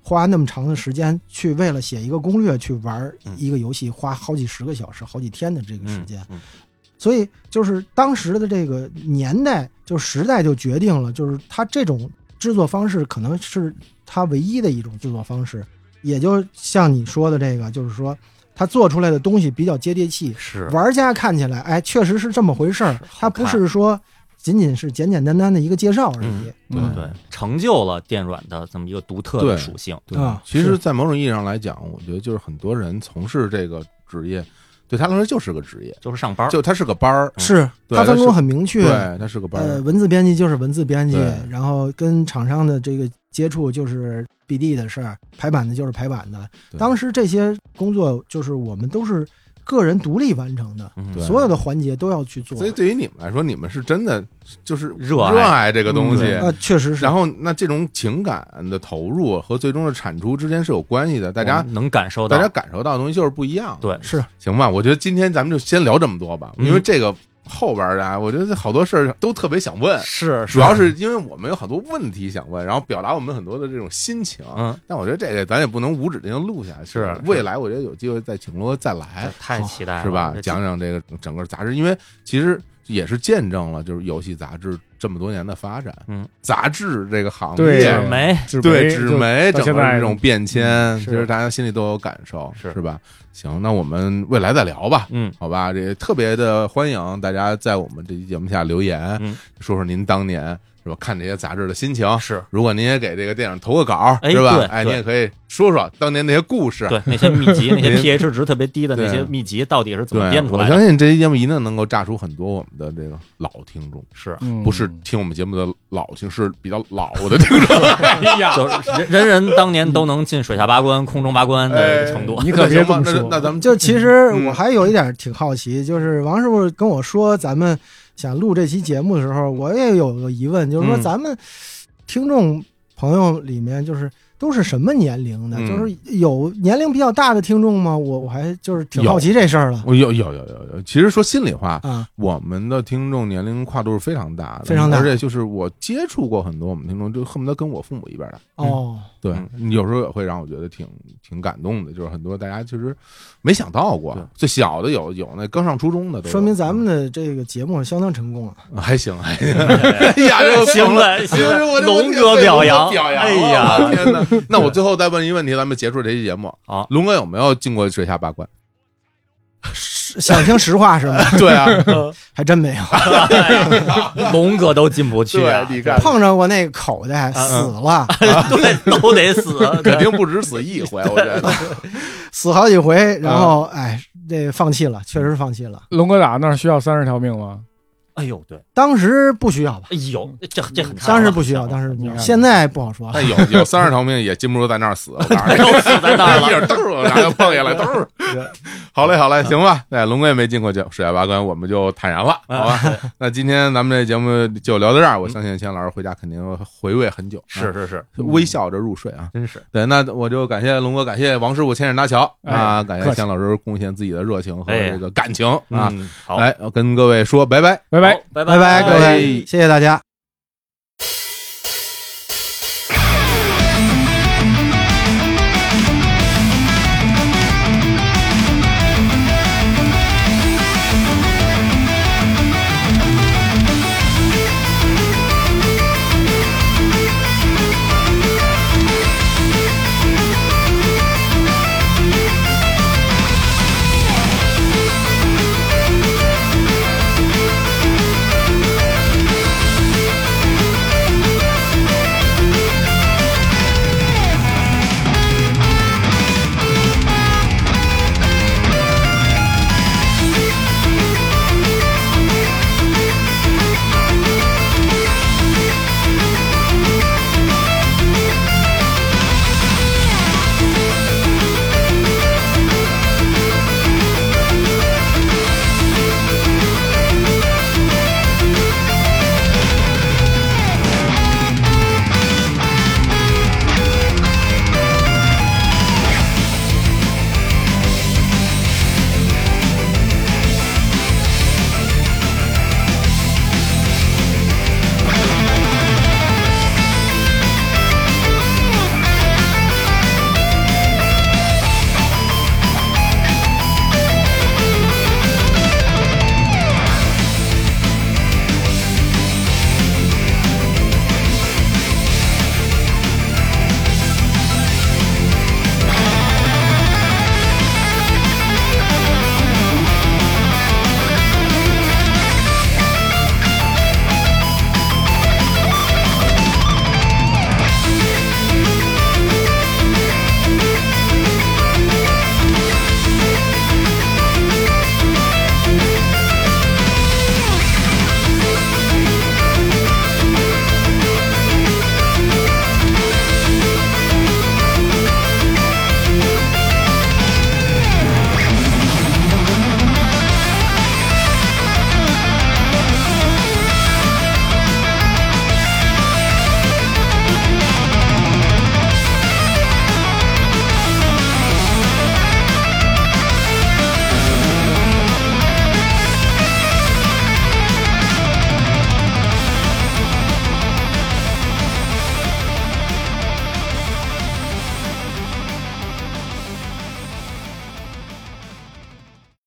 花那么长的时间去为了写一个攻略去玩一个游戏，花好几十个小时、好几天的这个时间。所以就是当时的这个年代，就时代就决定了，就是他这种制作方式可能是他唯一的一种制作方式。也就像你说的这个，就是说他做出来的东西比较接地气， 是玩家看起来，哎，确实是这么回事儿，他不是说仅仅是简简单单的一个介绍而已。 对，成就了电软的这么一个独特的属性。 对，其实在某种意义上来讲，我觉得就是很多人从事这个职业，对他来说就是个职业， 就是上班， 就他是个班儿， 是他分工很明确。 对，他是个班儿。 文字编辑就是文字编辑，然后跟厂商的这个接触就是BD 的事儿，排版的就是排版的。当时这些工作就是我们都是个人独立完成的，所有的环节都要去做。 所以对于你们来说，你们是真的就是热爱这个东西， 确实是。 然后那这种情感的投入和最终的产出之间是有关系的，大家能感受到， 大家感受到的东西就是不一样。 对， 是行吧？我觉得今天咱们就先聊这么多吧，因为这个后边的我觉得好多事儿都特别想问， 是主要是因为我们有很多问题想问，然后表达我们很多的这种心情。但我觉得这个咱也不能无止境录下去。 是未来我觉得有机会再请罗再来， 太期待了， 是吧？讲讲这个整个杂志，因为其实也是见证了就是游戏杂志这么多年的发展。杂志这个行业，纸媒整个这种变迁，其实大家心里都有感受，是吧？行，那我们未来再聊吧。好吧，这特别的欢迎大家在我们这期节目下留言，说说您当年是吧看这些杂志的心情。 是， 如果您也给这个电影投个稿，是吧？哎，您也可以说说当年那些故事， 对那些秘籍，那些 pH 值特别低的那些秘籍到底是怎么编出来的？ 我相信这期节目一定能够炸出很多我们的这个老听众， 是不是听我们节目的老听，是比较老的听众。 哎呀，人人当年都能进水下八关、空中八关的程度。 你可别这么说。 那咱们就其实我还有一点挺好奇，就是王师傅跟我说咱们想录这期节目的时候，我也有个疑问，就是说咱们听众朋友里面就是都是什么年龄的？就是有年龄比较大的听众吗？我还就是挺好奇这事儿了。 有。其实说心里话我们的听众年龄跨度是非常大的， 非常大。 而且就是我接触过很多我们听众，就恨不得跟我父母一边的。对，有时候也会让我觉得挺感动的，就是很多大家其实没想到过，最小的有那刚上初中的都有， 说明咱们的这个节目相当成功啊。 还行。哎呀， 行了，龙哥表扬。哎呀， 天哪！那我最后再问一个问题，咱们结束这期节目。 好， 龙哥有没有进过水下八关？ 想听实话是吗？ 对啊， 还真没有。 龙哥都进不去啊！ 你看， 碰着过那个口袋死了， 对，都得死， 肯定不止死一回，我觉得死好几回，然后这放弃了，确实放弃了。 龙哥打那儿需要30条命吗？ 哎呦，对， 当时不需要吧？ 哎呦，这很当时不需要，当时现在不好说。 有30条命也禁不住在那儿死，我告诉你， 都死在那儿了， 都是然后碰下来都是。好嘞，行吧。龙哥也没进过水下八关，我们就坦然了，好吧？那今天咱们这节目就聊到这儿，我相信钱老师回家肯定回味很久， 是， 微笑着入睡啊， 真是。 对，那我就感谢龙哥，感谢王师傅牵着搭桥啊，感谢钱老师贡献自己的热情和这个感情啊。 好， 来跟各位说拜拜。 拜拜， 各位，谢谢大家。